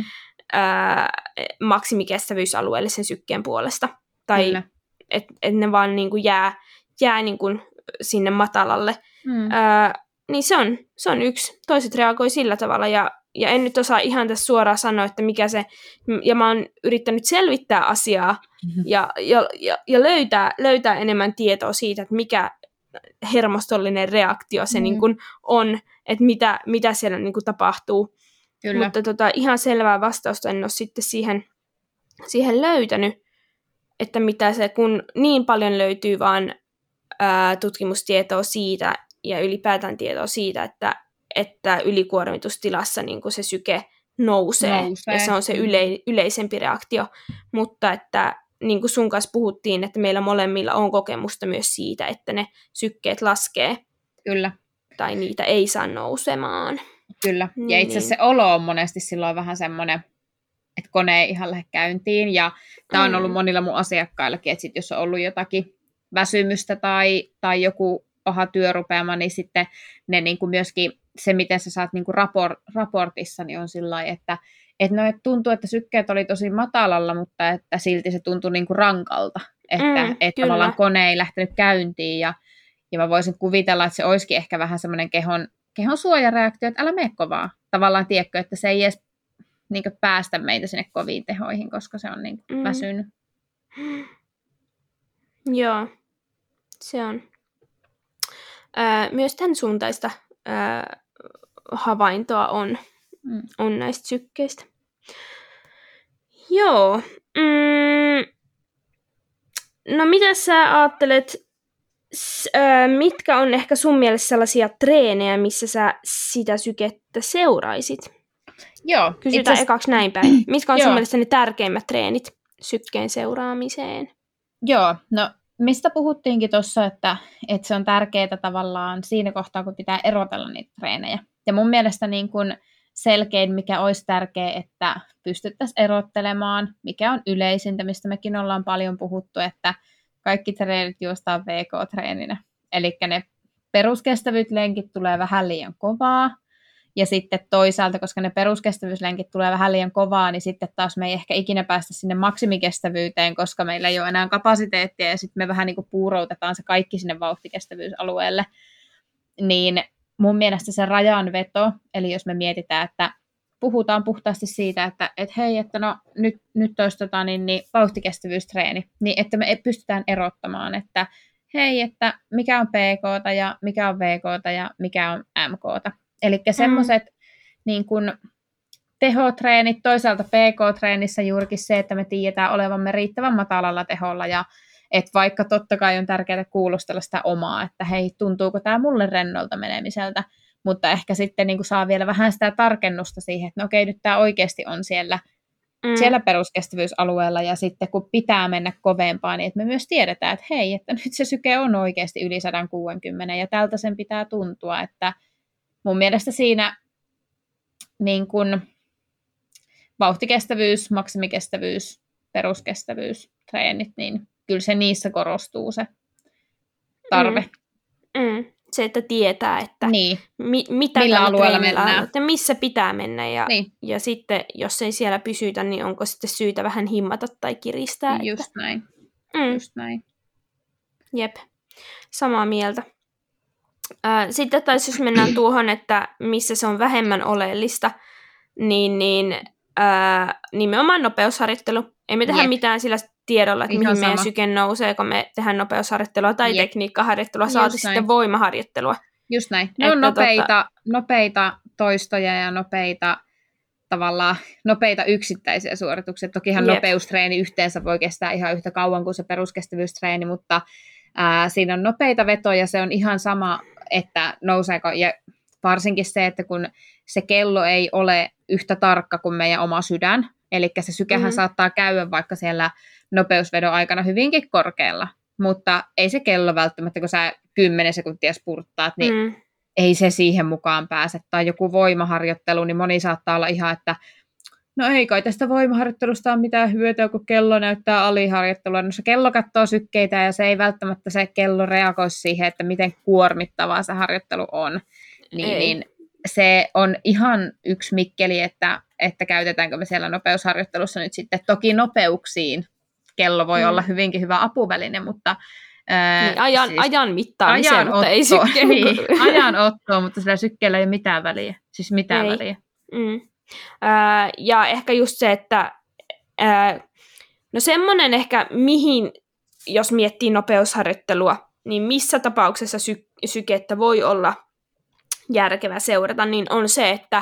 äh, maksimikestävyysalueelle sen sykkeen puolesta, tai että et ne vaan niin kuin jää, jää niin kuin sinne matalalle. Mm. Öö, niin se on, se on yksi. Toiset reagoi sillä tavalla, ja, ja en nyt osaa ihan tässä suoraan sanoa, että mikä se, ja mä oon yrittänyt selvittää asiaa, mm-hmm. ja, ja, ja, ja löytää, löytää enemmän tietoa siitä, että mikä hermostollinen reaktio se mm-hmm. niin kuin on, että mitä, mitä siellä niin kuin tapahtuu. Kyllä. Mutta tota, ihan selvää vastausta en ole sitten siihen, siihen löytänyt, että mitä se, kun niin paljon löytyy vaan ää, tutkimustietoa siitä, ja ylipäätään tietoa siitä, että, että ylikuormitustilassa niin kuin se syke nousee, nousee, ja se on se yle, yleisempi reaktio, mutta että niin kuin sun kanssa puhuttiin, että meillä molemmilla on kokemusta myös siitä, että ne sykkeet laskee. Kyllä. Tai niitä ei saa nousemaan. Kyllä, ja niin, itse asiassa se olo on monesti silloin vähän semmoinen, että kone ei ihan lähde käyntiin, ja tämä on ollut monilla mun asiakkaillakin, että sit jos on ollut jotakin väsymystä tai, tai joku paha työrupeama, niin sitten ne niin kuin myöskin se, miten sä saat niin kuin rapor, raportissa, niin on sillä lailla, että et no, et tuntuu, että sykkeet oli tosi matalalla, mutta että silti se tuntui niin kuin rankalta, että mm, et tavallaan kone ei lähtenyt käyntiin, ja, ja mä voisin kuvitella, että se olisikin ehkä vähän semmoinen kehon, kehon suojareaktio, että älä mene kovaa. Tavallaan tiedätkö, että se ei edes niin kuin päästä meitä sinne koviin tehoihin, koska se on niin kuin mm. väsynyt. Joo, se on. Öö, myös tämän suuntaista öö, havaintoa on, mm. on näistä sykkeistä. Joo. Mm, no mitä sä ajattelet, s- öö, mitkä on ehkä sun mielestä sellaisia treenejä, missä sä sitä sykettä seuraisit? Joo. Kysytään itse... ekaksi näin päin. Mitkä on sun mielestä ne tärkeimmät treenit sykkeen seuraamiseen? Joo, no mistä puhuttiinkin tuossa, että, että se on tärkeää tavallaan siinä kohtaa, kun pitää erotella niitä treenejä. Ja mun mielestä niin kun selkein, mikä olisi tärkeää, että pystyttäisiin erottelemaan, mikä on yleisintä, mistä mekin ollaan paljon puhuttu, että kaikki treenit juostaan V K-treeninä. Eli ne peruskestävyyslenkit tulee vähän liian kovaa, ja sitten toisaalta, koska ne peruskestävyyslenkit tulee vähän liian kovaa, niin sitten taas me ei ehkä ikinä päästä sinne maksimikestävyyteen, koska meillä ei ole enää kapasiteettia, ja sitten me vähän niin kuin puuroutetaan se kaikki sinne vauhtikestävyysalueelle. Niin mun mielestä se rajanveto, eli jos me mietitään, että puhutaan puhtaasti siitä, että et hei, että no nyt, nyt olisi tota, niin, niin vauhtikestävyystreeni, niin että me pystytään erottamaan, että hei, että mikä on P K:ta ja mikä on V K:ta ja mikä on M K:ta. Eli semmoiset mm. niin kun tehotreenit, toisaalta P K-treenissä juurikin se, että me tiedetään olevamme riittävän matalalla teholla, ja että vaikka totta kai on tärkeää kuulostella sitä omaa, että hei, tuntuuko tämä mulle rennolta menemiseltä, mutta ehkä sitten niin kun saa vielä vähän sitä tarkennusta siihen, että no okei, nyt tämä oikeasti on siellä, mm. siellä peruskestävyysalueella, ja sitten kun pitää mennä kovempaa, niin että me myös tiedetään, että hei, että nyt se syke on oikeasti yli sata kuusikymmentä, ja tältä sen pitää tuntua, että mun mielestä siinä niin kun vauhtikestävyys, maksimikestävyys, peruskestävyys, treenit, niin kyllä se niissä korostuu se tarve. Mm. Mm. Se, että tietää, että niin. mi- mitä millä alueella mennään. Että missä pitää mennä. Ja, niin. ja sitten, jos ei siellä pysytä, niin onko sitten syytä vähän himmata tai kiristää. Just että... näin. Mm. Just näin. Jep, samaa mieltä. Sitten taisi, jos mennään tuohon, että missä se on vähemmän oleellista, niin, niin ää, nimenomaan nopeusharjoittelu. Ei me tehdä Jep. mitään sillä tiedolla, että Ihan mihin sama. meidän syke nousee, kun me tehdään nopeusharjoittelua tai Jep. tekniikkaharjoittelua, saati Just sitten näin. voimaharjoittelua. Just näin. Ne on Että nopeita, tota- nopeita toistoja ja nopeita tavallaan nopeita yksittäisiä suorituksia. Tokihan Jep. nopeustreeni yhteensä voi kestää ihan yhtä kauan kuin se peruskestävyystreeni, mutta ää, siinä on nopeita vetoja, se on ihan sama, että nouseeko, ja varsinkin se, että kun se kello ei ole yhtä tarkka kuin meidän oma sydän, eli se sykehän Mm-hmm. saattaa käydä vaikka siellä nopeusvedon aikana hyvinkin korkealla, mutta ei se kello välttämättä, kun sä kymmenen sekuntia spurttaat, niin Mm. ei se siihen mukaan pääse. Tai joku voimaharjoittelu, niin moni saattaa olla ihan, että no ei kai tästä voimaharjoittelusta ole mitään hyötyä, kun kello näyttää aliharjoittelua. No se kello katsoo sykkeitä ja se ei välttämättä se kello reagoi siihen, että miten kuormittavaa se harjoittelu on. Niin, niin se on ihan yksi mikkeli, että, että käytetäänkö me siellä nopeusharjoittelussa nyt sitten toki nopeuksiin. Kello voi mm. olla hyvinkin hyvä apuväline, mutta Niin, ajan, siis ajan mittaamiseen, ajanotto, mutta ei sykkeen. Niin, ajanottoa, mutta sillä sykkeellä ei ole mitään väliä. Siis mitään Ei. väliä. Mm. Ää, ja ehkä just se, että ää, no semmoinen ehkä mihin, jos miettii nopeusharjoittelua, niin missä tapauksessa sy- sykettä voi olla järkevä seurata, niin on se, että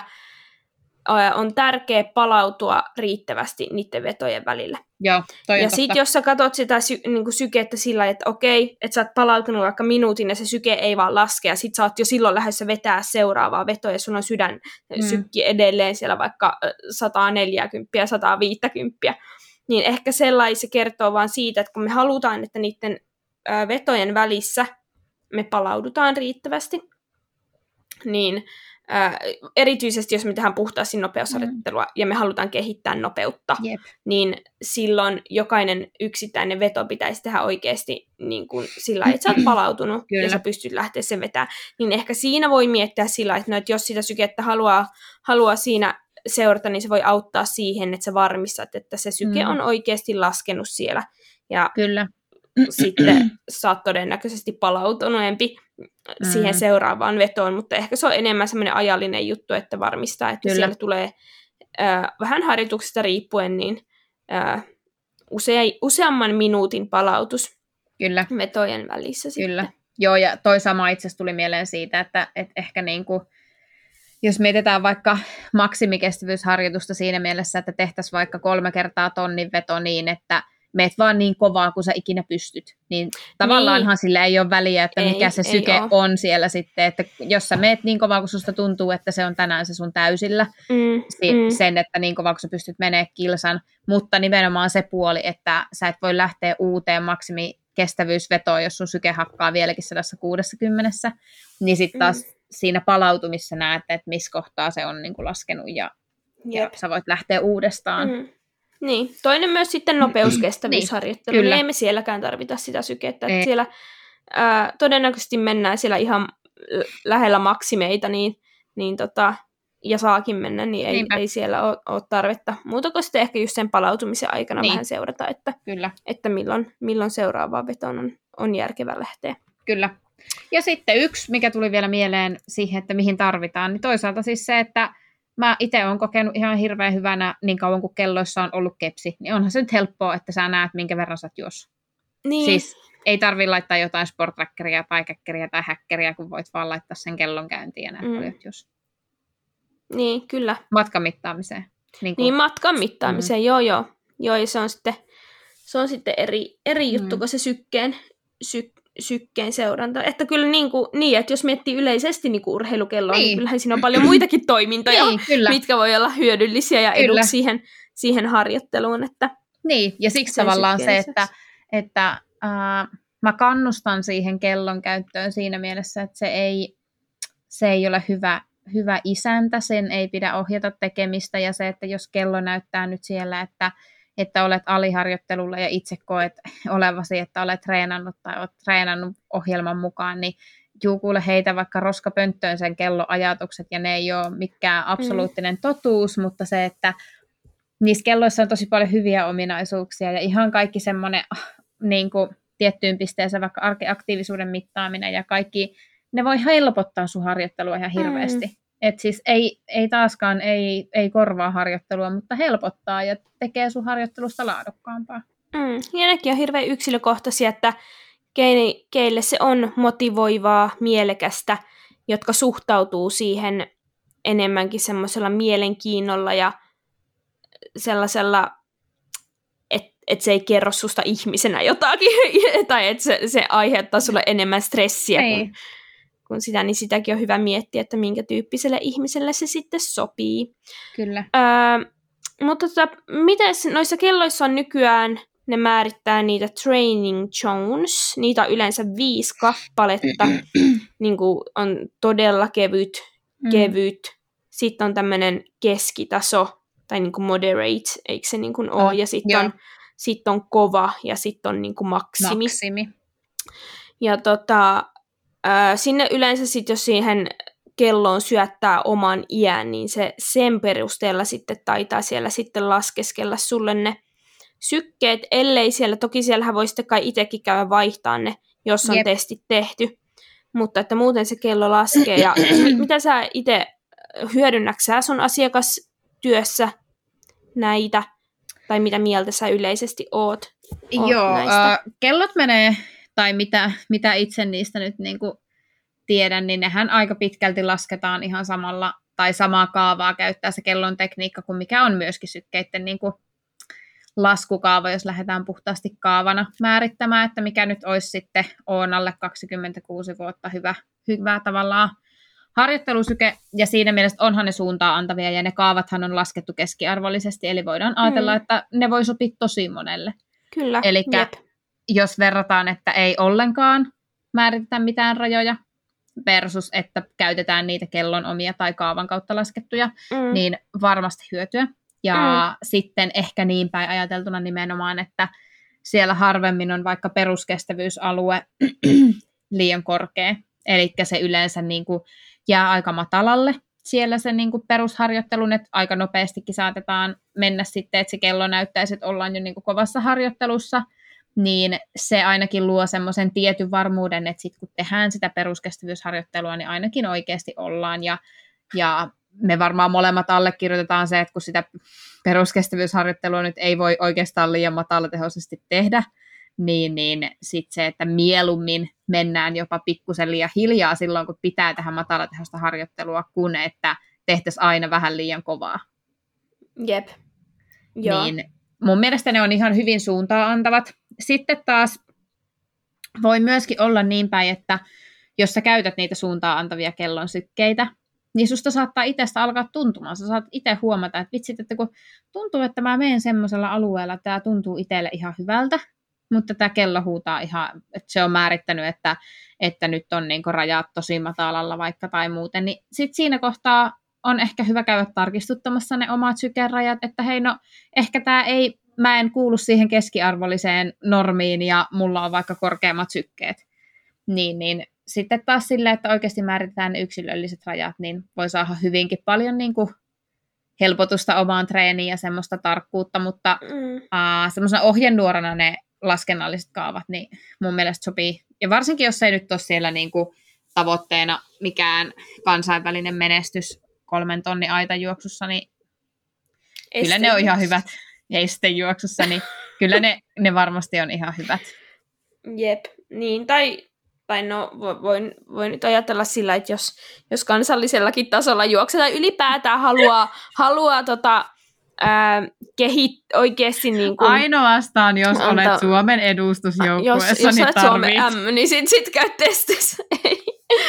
ää, on tärkeää palautua riittävästi niiden vetojen välillä. Joo, toi on Ja totta. sitten jos sä katsot sitä sy- niinku sykettä sillä lailla, että okei, että sä oot palautunut vaikka minuutin ja se syke ei vaan laske, ja sit sä oot jo silloin lähdössä vetää seuraavaa vetoa, ja sun on sydän Mm. sykki edelleen siellä vaikka sata neljäkymmentä, sata viisikymmentä, niin ehkä sellainen se kertoo vaan siitä, että kun me halutaan, että niiden ö, vetojen välissä me palaudutaan riittävästi, niin Ää, erityisesti jos me tehdään puhtaasti nopeusharjoittelua mm. ja me halutaan kehittää nopeutta, Jep. niin silloin jokainen yksittäinen veto pitäisi tehdä oikeasti niin kuin sillä lailla, että sä oot palautunut Kyllä. ja sä pystyt lähteä sen vetämään. Niin ehkä siinä voi miettiä sillä lailla, että, no, että jos sitä sykettä haluaa, haluaa siinä seurata, niin se voi auttaa siihen, että sä varmistat, että se syke mm. on oikeasti laskenut siellä. Ja Kyllä. sitten sä oot todennäköisesti palautuneempi mm. siihen seuraavaan vetoon, mutta ehkä se on enemmän semmoinen ajallinen juttu, että varmistaa, että Kyllä. siellä tulee äh, vähän harjoituksesta riippuen niin äh, usea, useamman minuutin palautus Kyllä. vetojen välissä Kyllä. sitten. Joo, ja toi sama itse asiassa tuli mieleen siitä, että, että ehkä niinku, jos mietitään vaikka maksimikestävyysharjoitusta siinä mielessä, että tehtäisiin vaikka kolme kertaa tonnin veto niin, että meet vaan niin kovaa, kun sä ikinä pystyt. Niin tavallaanhan niin. Sillä ei ole väliä, että ei, mikä se syke on siellä sitten. Että jos sä meet niin kovaa, kun susta tuntuu, että se on tänään se sun täysillä, Mm, si- mm. sen, että niin kovaa, kun sä pystyt menemään kilsan. Mutta nimenomaan se puoli, että sä et voi lähteä uuteen maksimikestävyysvetoon, jos sun syke hakkaa vieläkin sata kuusikymmentä. Niin sitten taas mm. siinä palautumissa näet, että missä kohtaa se on niin kuin laskenut ja, ja sä voit lähteä uudestaan. Mm. Niin, toinen myös sitten nopeuskestävyysharjoittelu, niin, niin ei me sielläkään tarvita sitä sykettä, että siellä ää, todennäköisesti mennään siellä ihan lähellä maksimeita, niin, niin tota, ja saakin mennä, niin ei, ei siellä ole, ole tarvetta. Muuta kuin sitten ehkä just sen palautumisen aikana niin. vähän seurata, että, Kyllä. että milloin, milloin seuraavaan vetoon on, on järkevä lähteä. Kyllä. Ja sitten yksi, mikä tuli vielä mieleen siihen, että mihin tarvitaan, niin toisaalta siis se, että mä itse olen kokenut ihan hirveän hyvänä niin kauan kuin kelloissa on ollut kepsi, niin onhan se nyt helppoa, että sä näet, minkä verran sä oot juossut. Niin. Siis ei tarvitse laittaa jotain sportrackeria tai käkkeriä tai häkkeriä, kun voit vaan laittaa sen kellon käyntiin ja näet mm. paljon jos. Niin, kyllä. Matkan mittaamiseen. Niin, niin matkan mittaamiseen, mm. joo joo. Joo, ja se on sitten, se on sitten eri, eri juttu mm. kuin se sykkeen, sy, sykkeen seuranta. Että kyllä niin, kuin, niin että jos miettii yleisesti niin kuin urheilukelloa, niin. niin kyllähän siinä on paljon muitakin toimintoja, niin, mitkä voi olla hyödyllisiä ja eduksi siihen, siihen harjoitteluun. Että niin, ja siksi tavallaan se, että, että äh, mä kannustan siihen kellon käyttöön siinä mielessä, että se ei, se ei ole hyvä, hyvä isäntä, sen ei pidä ohjata tekemistä, ja se, että jos kello näyttää nyt siellä, että että olet aliharjoittelulla ja itse koet olevasi, että olet treenannut tai olet treenannut ohjelman mukaan, niin juu kuule heitä vaikka roskapönttöön sen kelloajatukset, ja ne ei ole mikään absoluuttinen mm. totuus, mutta se, että niissä kelloissa on tosi paljon hyviä ominaisuuksia, ja ihan kaikki semmoinen niin kuin tiettyyn pisteeseen vaikka aktiivisuuden mittaaminen ja kaikki ne voi helpottaa sun harjoittelua ihan hirveästi. Mm. Että siis ei, ei taaskaan ei, ei korvaa harjoittelua, mutta helpottaa ja tekee sun harjoittelusta laadukkaampaa. Mm. Ja nekin on hirveän yksilökohtaisia, että keille se on motivoivaa, mielekästä, jotka suhtautuu siihen enemmänkin semmoisella mielenkiinnolla ja sellaisella, että et se ei kerro susta ihmisenä jotakin, tai että se, se aiheuttaa sulle enemmän stressiä kuin, kuin sitä, niin sitäkin on hyvä miettiä, että minkä tyyppiselle ihmiselle se sitten sopii. Kyllä. Öö, mutta tota, mites noissa kelloissa on nykyään, ne määrittää niitä training zones, niitä on yleensä viisi kappaletta, niin kuin on todella kevyt, kevyt. Mm. Sitten on tämmöinen keskitaso, tai niin kuin moderate, eikö se niin kuin ole, ja sitten on, sit on kova, ja sitten on niin kuin maksimi. maksimi. Ja tota, äh, sinne yleensä sitten, jos siihen kelloon syöttää oman iän, niin se sen perusteella sitten taitaa siellä sitten laskeskella sulle ne sykkeet, ellei siellä, toki siellähän voi sitten kai itsekin käydä vaihtaa ne, jos on Jep. testit tehty, mutta että muuten se kello laskee, ja mitä sä itse hyödynnätkö sä sun asiakastyössä näitä, tai mitä mieltä sä yleisesti oot, oot Joo, näistä? Äh, kellot menee, tai mitä, mitä itse niistä nyt niin kuin tiedän, niin nehän aika pitkälti lasketaan ihan samalla, tai samaa kaavaa käyttää se kellon tekniikka, kuin mikä on myöskin sykkeiden niin kuin laskukaava, jos lähdetään puhtaasti kaavana määrittämään, että mikä nyt olisi sitten on alle kaksikymmentäkuusi vuotta hyvä, hyvä tavallaan harjoittelusyke, ja siinä mielessä onhan ne suuntaa antavia, ja ne kaavathan on laskettu keskiarvollisesti, eli voidaan ajatella, mm. että ne voi sopia tosi monelle. Kyllä, eli jep. jos verrataan, että ei ollenkaan määritetä mitään rajoja, versus, että käytetään niitä kellon omia tai kaavan kautta laskettuja, mm. niin varmasti hyötyä. Ja mm. sitten ehkä niin päin ajateltuna nimenomaan, että siellä harvemmin on vaikka peruskestävyysalue liian korkea, eli se yleensä niin kuin jää aika matalalle siellä se niin kuin perusharjoittelun, että aika nopeastikin saatetaan mennä sitten, että se kello näyttäisi, että ollaan jo niin kuin kovassa harjoittelussa, niin se ainakin luo semmoisen tietyn varmuuden, että sitten kun tehdään sitä peruskestävyysharjoittelua, niin ainakin oikeasti ollaan, ja, ja me varmaan molemmat allekirjoitetaan se, että kun sitä peruskestävyysharjoittelua nyt ei voi oikeastaan liian matalatehoisesti tehdä, niin, niin sitten se, että mieluummin mennään jopa pikkusen liian hiljaa silloin, kun pitää tehdä matalatehosta harjoittelua, kun että tehtäisiin aina vähän liian kovaa. Jep. Joo. Niin mun mielestä ne on ihan hyvin suuntaa antavat. Sitten taas voi myöskin olla niin päin, että jos sä käytät niitä suuntaa antavia kellon sykkeitä, niin susta saattaa itsestä alkaa tuntumaan. Sä saat itse huomata, että vitsit, että kun tuntuu, että mä menen semmoisella alueella, että tämä tuntuu itselle ihan hyvältä, mutta tämä kello huutaa ihan, että se on määrittänyt, että, että nyt on niin kuin rajat tosi matalalla vaikka tai muuten, niin sitten siinä kohtaa on ehkä hyvä käydä tarkistuttamassa ne omat sykerajat, että hei no, ehkä tämä ei, mä en kuulu siihen keskiarvolliseen normiin ja mulla on vaikka korkeammat sykkeet. Niin, niin sitten taas silleen, että oikeasti määritetään ne yksilölliset rajat, niin voi saada hyvinkin paljon niin kuin helpotusta omaan treeniin ja semmoista tarkkuutta, mutta mm. uh, semmoisena ohjenuorana ne laskennalliset kaavat, niin mun mielestä sopii. Ja varsinkin, jos ei nyt ole siellä niin kuin tavoitteena mikään kansainvälinen menestys kolmen tonnin aitajuoksussa, niin kyllä ne on ihan hyvät. Estejuoksussa, niin kyllä ne, ne varmasti on ihan hyvät. Jep, niin, tai, tai no voin, voin nyt ajatella sillä, että jos, jos kansallisellakin tasolla juoksetaan ylipäätään haluaa, haluaa tota, ää, kehit, oikeasti niin kuin, ainoastaan, jos anta, olet Suomen edustusjoukkueessa, jos, jos niin olet tarvit. Suomen M, niin sit, sit käy testissä. Ei.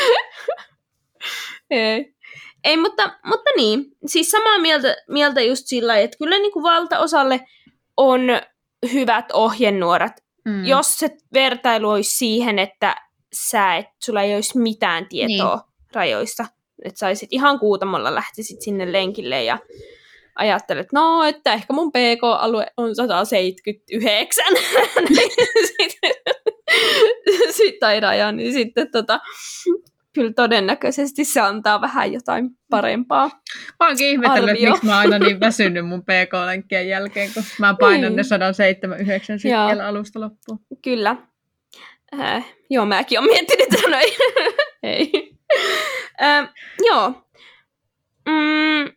Ei. Ei, mutta, mutta niin. Siis samaa mieltä, mieltä just sillä lailla, että kyllä niin kuin valtaosalle on hyvät ohjenuorat. Mm. Jos se vertailu olisi siihen, että sä et, sulla ei olisi mitään tietoa niin. rajoista. Että sä olisit ihan kuutamolla lähtisit sinne lenkille ja ajattelet, no, että ehkä mun P K-alue on sata seitsemänkymmentäyhdeksän. Sitten sit, tai raja, niin sitten tota... kyllä todennäköisesti se antaa vähän jotain parempaa. Mä oonkin ihmetellyt, että miksi mä oon aina niin väsynyt mun P K-lenkkien jälkeen, kun mä painan niin. ne sata seitsemänkymmentäyhdeksän sitten vielä alusta loppuun. Kyllä. Äh, joo, mäkin oon miettinyt, että no ei. Ei. Ö, joo. Mm.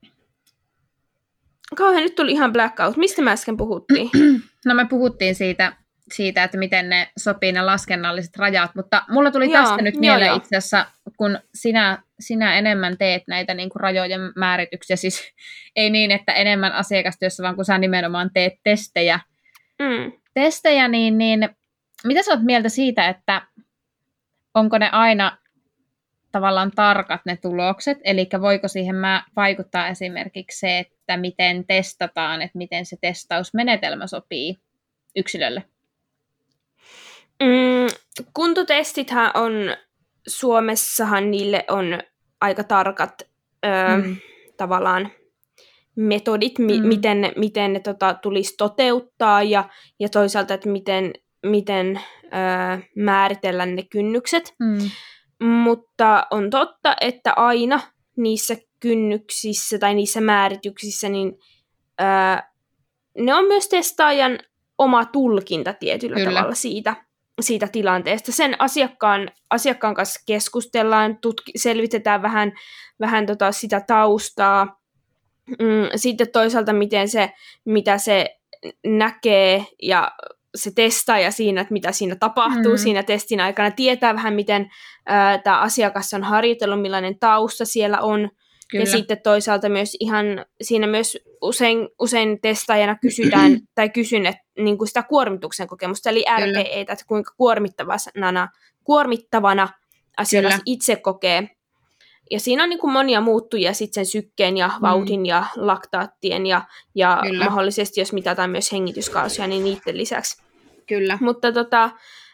Kauhean, nyt tuli ihan blackout. Mistä me äsken puhuttiin? No me puhuttiin siitä, siitä, että miten ne sopii ne laskennalliset rajat, mutta mulla tuli joo, tästä nyt mieleen joo, itse asiassa, kun sinä, sinä enemmän teet näitä niin kuin rajojen määrityksiä, siis ei niin, että enemmän asiakastyössä, vaan kun sä nimenomaan teet testejä, mm. testejä niin, niin mitä sä oot mieltä siitä, että onko ne aina tavallaan tarkat ne tulokset, eli voiko siihen vaikuttaa esimerkiksi se, että miten testataan, että miten se testausmenetelmä sopii yksilölle? Mm, kuntotestithän on, Suomessahan niille on aika tarkat ö, mm. tavallaan metodit, mi- mm. miten, miten ne tota, tulisi toteuttaa ja, ja toisaalta, että miten, miten ö, määritellä ne kynnykset. Mm. Mutta on totta, että aina niissä kynnyksissä tai niissä määrityksissä, niin ää, ne on myös testaajan oma tulkinta tietyllä Kyllä. tavalla siitä, siitä tilanteesta. Sen asiakkaan, asiakkaan kanssa keskustellaan, tutki, selvitetään vähän, vähän tota sitä taustaa. Mm, sitten toisaalta, miten se, mitä se näkee ja se testaaja siinä, että mitä siinä tapahtuu mm. siinä testin aikana, tietää vähän, miten ää, tämä asiakas on harjoitellut, millainen tausta siellä on. Kyllä. Ja sitten toisaalta myös ihan siinä myös usein, usein testaajana kysytään, tai kysyn että, niin kuin sitä kuormituksen kokemusta, eli R P E:tä, että kuinka kuormittavana, kuormittavana asiakas Kyllä. itse kokee. Ja siinä on niin kuin monia muuttujia sitten sen sykkeen ja vauhdin mm. ja laktaattien ja, ja mahdollisesti, jos mitataan myös hengityskausia, niin niiden lisäksi. Kyllä. Mutta tota,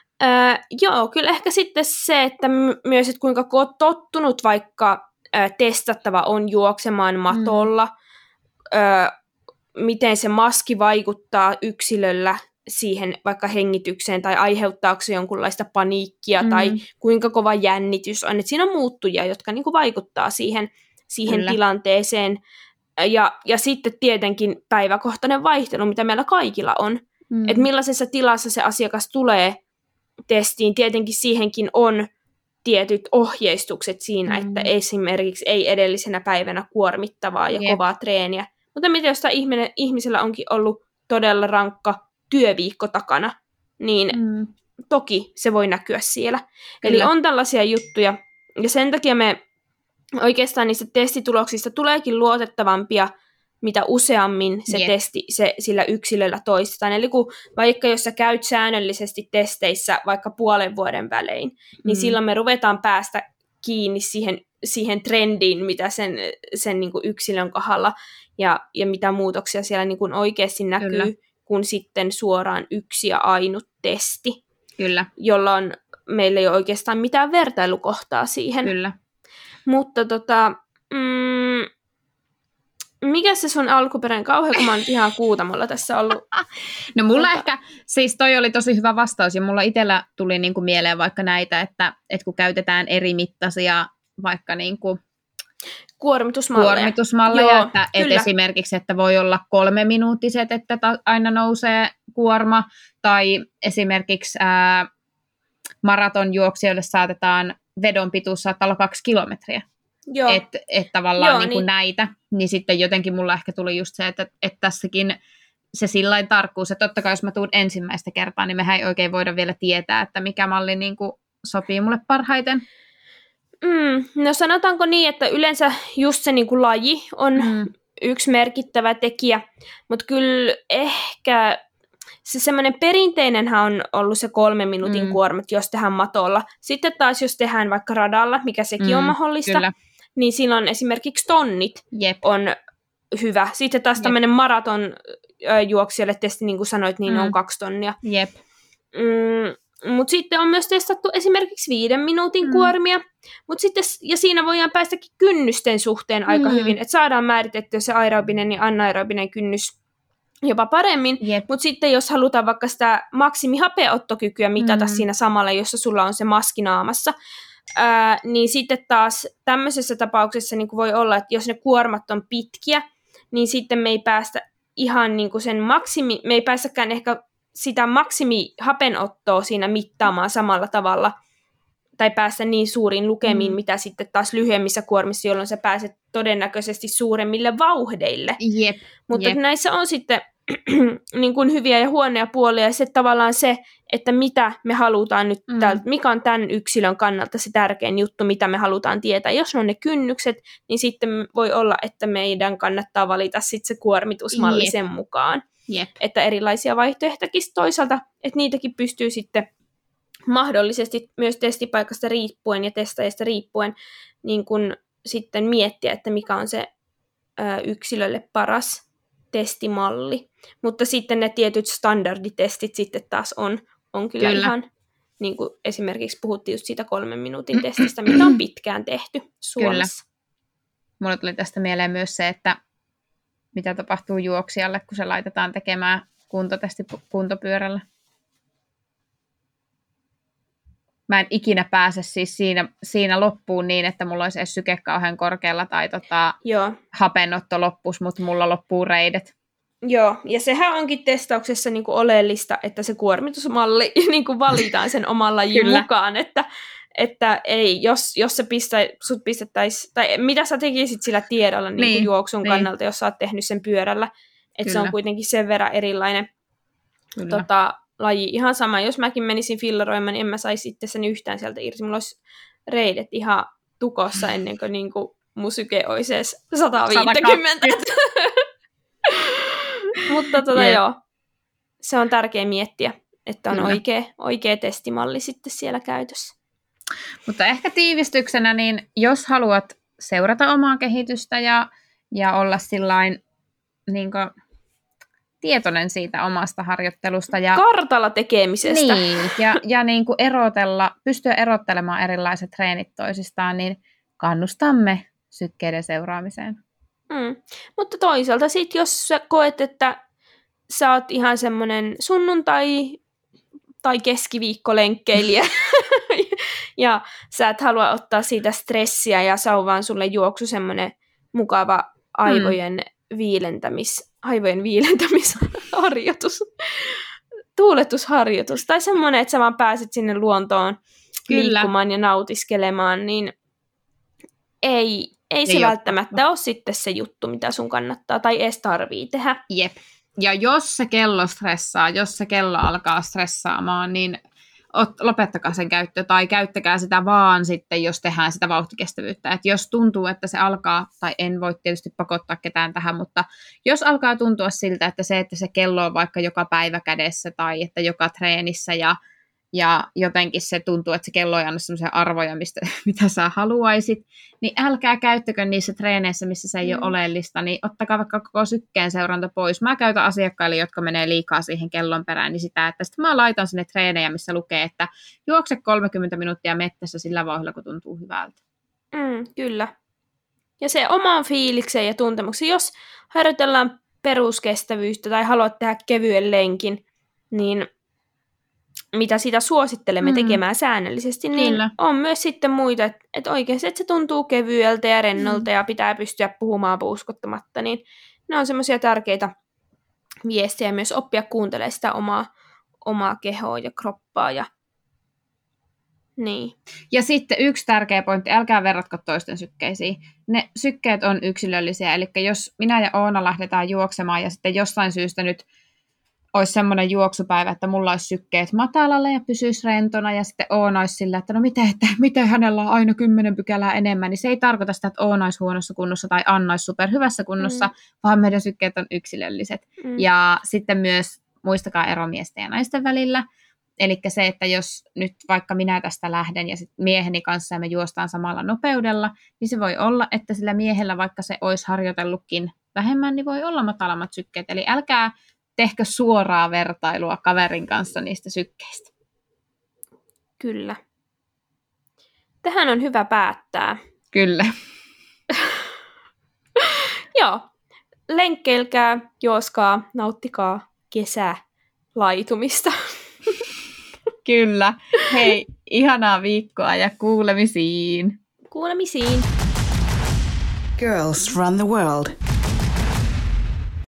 ää, joo, kyllä ehkä sitten se, että m- myös, että kuinka tottunut vaikka ää, testattava on juoksemaan matolla, mm. ää, miten se maski vaikuttaa yksilöllä siihen vaikka hengitykseen, tai aiheuttaako se jonkunlaista paniikkia, mm. tai kuinka kova jännitys on. Et siinä on muuttujia, jotka niinku vaikuttaa siihen, siihen tilanteeseen. Ja, ja sitten tietenkin päiväkohtainen vaihtelu, mitä meillä kaikilla on. Mm. Että millaisessa tilassa se asiakas tulee testiin. Tietenkin siihenkin on tietyt ohjeistukset siinä, mm. että esimerkiksi ei edellisenä päivänä kuormittavaa ja yep. kovaa treeniä. Mutta mitä jos ihminen, ihmisellä onkin ollut todella rankka työviikko takana, niin mm. toki se voi näkyä siellä. Kyllä. Eli on tällaisia juttuja, ja sen takia me oikeastaan niistä testituloksista tuleekin luotettavampia, mitä useammin se yeah. testi se, sillä yksilöllä toistetaan. Eli kun vaikka jos sä käyt säännöllisesti testeissä vaikka puolen vuoden välein, mm. niin silloin me ruvetaan päästä kiinni siihen, siihen trendiin, mitä sen, sen niin kuin yksilön kohdalla ja, ja mitä muutoksia siellä niin kuin oikeasti näkyy. Kyllä. Kun sitten suoraan yksi ja ainut testi, Kyllä. jolloin meillä ei ole oikeastaan mitään vertailukohtaa siihen. Kyllä. Mutta tota, mm, mikä se sun alkuperäinen kauhean, kun mä oon nyt ihan Kuutamolla tässä ollut? No mulla tota... ehkä, siis toi oli tosi hyvä vastaus, ja mulla itsellä tuli niinku mieleen vaikka näitä, että, että kun käytetään eri mittaisia vaikka niinku Kuormitusmalleja. Kuormitusmalleja, Joo, että, että esimerkiksi, että voi olla kolme minuuttiset, että ta- aina nousee kuorma, tai esimerkiksi ää, maratonjuoksijoille saatetaan vedon pituus saattaa olla kaksi kilometriä. Että et tavallaan Joo, niin kuin niin... näitä, niin sitten jotenkin mulla ehkä tuli just se, että, että tässäkin se sillain tarkkuus, että totta kai jos mä tuun ensimmäistä kertaa, niin mehän ei oikein voida vielä tietää, että mikä malli niin kuin sopii mulle parhaiten. Mm, no sanotaanko niin, että yleensä just se niin kuin laji on mm. yksi merkittävä tekijä, mutta kyllä ehkä se semmoinen perinteinenhän on ollut se kolmen minuutin mm. kuormat, jos tehdään matolla. Sitten taas jos tehdään vaikka radalla, mikä sekin mm, on mahdollista, kyllä. niin silloin esimerkiksi tonnit Jep. on hyvä. Sitten taas Jep. tämmöinen maraton juoksijalle testi, niin kuin sanoit, niin mm. on kaksi tonnia. Jep. Mm, Mutta sitten on myös testattu esimerkiksi viiden minuutin mm. kuormia, Mut sitten, ja siinä voidaan päästäkin kynnysten suhteen aika mm. hyvin, että saadaan määritettyä se aerobinen ja anaerobinen kynnys jopa paremmin, mutta sitten jos halutaan vaikka sitä maksimihapeottokykyä mitata mm. siinä samalla, jossa sulla on se maski naamassa, ää, niin sitten taas tämmöisessä tapauksessa niin voi olla, että jos ne kuormat on pitkiä, niin sitten me ei päästä ihan niin kuin sen maksimi, me ei päästäkään ehkä sitä maksimihapenottoa siinä mittaamaan samalla tavalla tai päästä niin suuriin lukemiin, Mm. mitä sitten taas lyhyemmissä kuormissa, jolloin sä pääset todennäköisesti suuremmille vauhdeille. Jep, Mutta jep. näissä on sitten niin kuin hyviä ja huonoja puolia, ja se tavallaan se, että mitä me halutaan nyt Mm. täältä, mikä on tämän yksilön kannalta se tärkein juttu, mitä me halutaan tietää. Jos on ne kynnykset, niin sitten voi olla, että meidän kannattaa valita sitten se kuormitusmalli Jep. sen mukaan. Jep. Että erilaisia vaihtoehtoja toisaalta, että niitäkin pystyy sitten mahdollisesti myös testipaikasta riippuen ja testaajista riippuen niin kun sitten miettiä, että mikä on se ö, yksilölle paras testimalli. Mutta sitten ne tietyt standarditestit sitten taas on, on kyllä, kyllä ihan, niin kuin esimerkiksi puhuttiin just siitä kolmen minuutin testistä, mitä on pitkään tehty Suomessa. Kyllä. Mulle tuli tästä mieleen myös se, että mitä tapahtuu juoksijalle, kun se laitetaan tekemään kuntotesti kuntopyörällä. Mä en ikinä pääse siis siinä, siinä loppuun niin, että mulla olisi edes syke kauhean korkealla tai tota, hapenotto loppus, mutta mulla loppuu reidet. Joo, ja sehän onkin testauksessa niinku oleellista, että se kuormitusmalli niinku valitaan sen oman lajin mukaan, että, että ei, jos, jos se pistä, sut pistettäisiin, tai mitä sä tekisit sillä tiedolla niin niin, juoksun niin. kannalta, jos sä oot tehnyt sen pyörällä, että se on kuitenkin sen verran erilainen tota, laji. Ihan sama, jos mäkin menisin fillaroimaan, niin en mä saisi itse sen yhtään sieltä irti. Mulla olisi reidet ihan tukossa ennen kuin niinku mun syke olisi edes sata viisikymmentä. Mutta tota yeah. joo, se on tärkeä miettiä, että on oikea, oikea testimalli sitten siellä käytössä. Mutta ehkä tiivistyksenä, niin jos haluat seurata omaa kehitystä ja, ja olla sillain niin kuin tietoinen siitä omasta harjoittelusta. Ja, kartalla tekemisestä. Niin, ja, ja niin kuin erotella, pystyä erottelemaan erilaiset treenit toisistaan, niin kannustamme sykkeiden seuraamiseen. Mm. Mutta toisaalta sitten, jos sä koet, että sä oot ihan semmoinen sunnuntai- tai keskiviikkolenkkeilijä, ja sä et halua ottaa siitä stressiä, ja se on vaan sulle juoksu semmoinen mukava aivojen mm. viilentämis, aivojen viilentämisharjoitus, tuuletusharjoitus, tai semmoinen, että sä vaan pääset sinne luontoon Kyllä. liikkumaan ja nautiskelemaan, niin ei, ei se ei välttämättä ole. ole sitten se juttu, mitä sun kannattaa, tai edes tarvii tehdä. Jep. Ja jos se kello stressaa, jos se kello alkaa stressaamaan, niin lopettakaa sen käyttö tai käyttäkää sitä vaan sitten, jos tehdään sitä vauhtikestävyyttä. Et jos tuntuu, että se alkaa, tai en voi tietysti pakottaa ketään tähän, mutta jos alkaa tuntua siltä, että se, että se kello on vaikka joka päivä kädessä tai että joka treenissä ja, ja jotenkin se tuntuu, että se kello ei anna sellaisia arvoja, mistä, mitä sä haluaisit, niin älkää käyttäkö niissä treeneissä, missä se ei mm. ole oleellista, niin ottakaa vaikka koko sykkeen seuranta pois. Mä käytän asiakkaille, jotka menee liikaa siihen kellon perään, niin sitä, että sitten mä laitan sinne treenejä, missä lukee, että juokse kolmekymmentä minuuttia mettässä sillä vauhdilla, kun tuntuu hyvältä. Mm, kyllä. Ja se omaan fiilikseen ja tuntemukseen, jos harjoitellaan peruskestävyyttä tai haluat tehdä kevyen lenkin, niin mitä sitä suosittelemme mm. tekemään säännöllisesti, niin Kyllä. on myös sitten muita, että, että oikeasti että se tuntuu kevyeltä ja rennolta mm. ja pitää pystyä puhumaan puuskottamatta, niin ne on semmoisia tärkeitä viestejä myös oppia kuuntelemaan sitä omaa, omaa kehoa ja kroppaa. Ja... Niin. ja sitten yksi tärkeä pointti, älkää verratko toisten sykkeisiin. Ne sykkeet on yksilöllisiä, eli jos minä ja Oona lähdetään juoksemaan ja sitten jostain syystä nyt olisi semmoinen juoksupäivä, että mulla olisi sykkeet matalalla ja pysyisi rentona, ja sitten Oona olisi sillä, että no miten, että, miten hänellä on aina kymmenen pykälää enemmän, niin se ei tarkoita sitä, että Oona olisi huonossa kunnossa tai Anna olisi superhyvässä kunnossa, mm. vaan meidän sykkeet on yksilölliset. Mm. Ja sitten myös muistakaa ero miesten ja naisten välillä, eli se, että jos nyt vaikka minä tästä lähden ja sitten mieheni kanssa ja me juostaan samalla nopeudella, niin se voi olla, että sillä miehellä, vaikka se olisi harjoitellutkin vähemmän, niin voi olla matalammat sykkeet, eli älkää tehkö suoraa vertailua kaverin kanssa niistä sykkeistä. Kyllä. Tähän on hyvä päättää. Kyllä. Joo. Lenkkeilkää, juoskaa, nauttikaa kesälaitumista. Kyllä. Hei, ihanaa viikkoa ja kuulemisiin. Kuulemisiin. Girls run the world.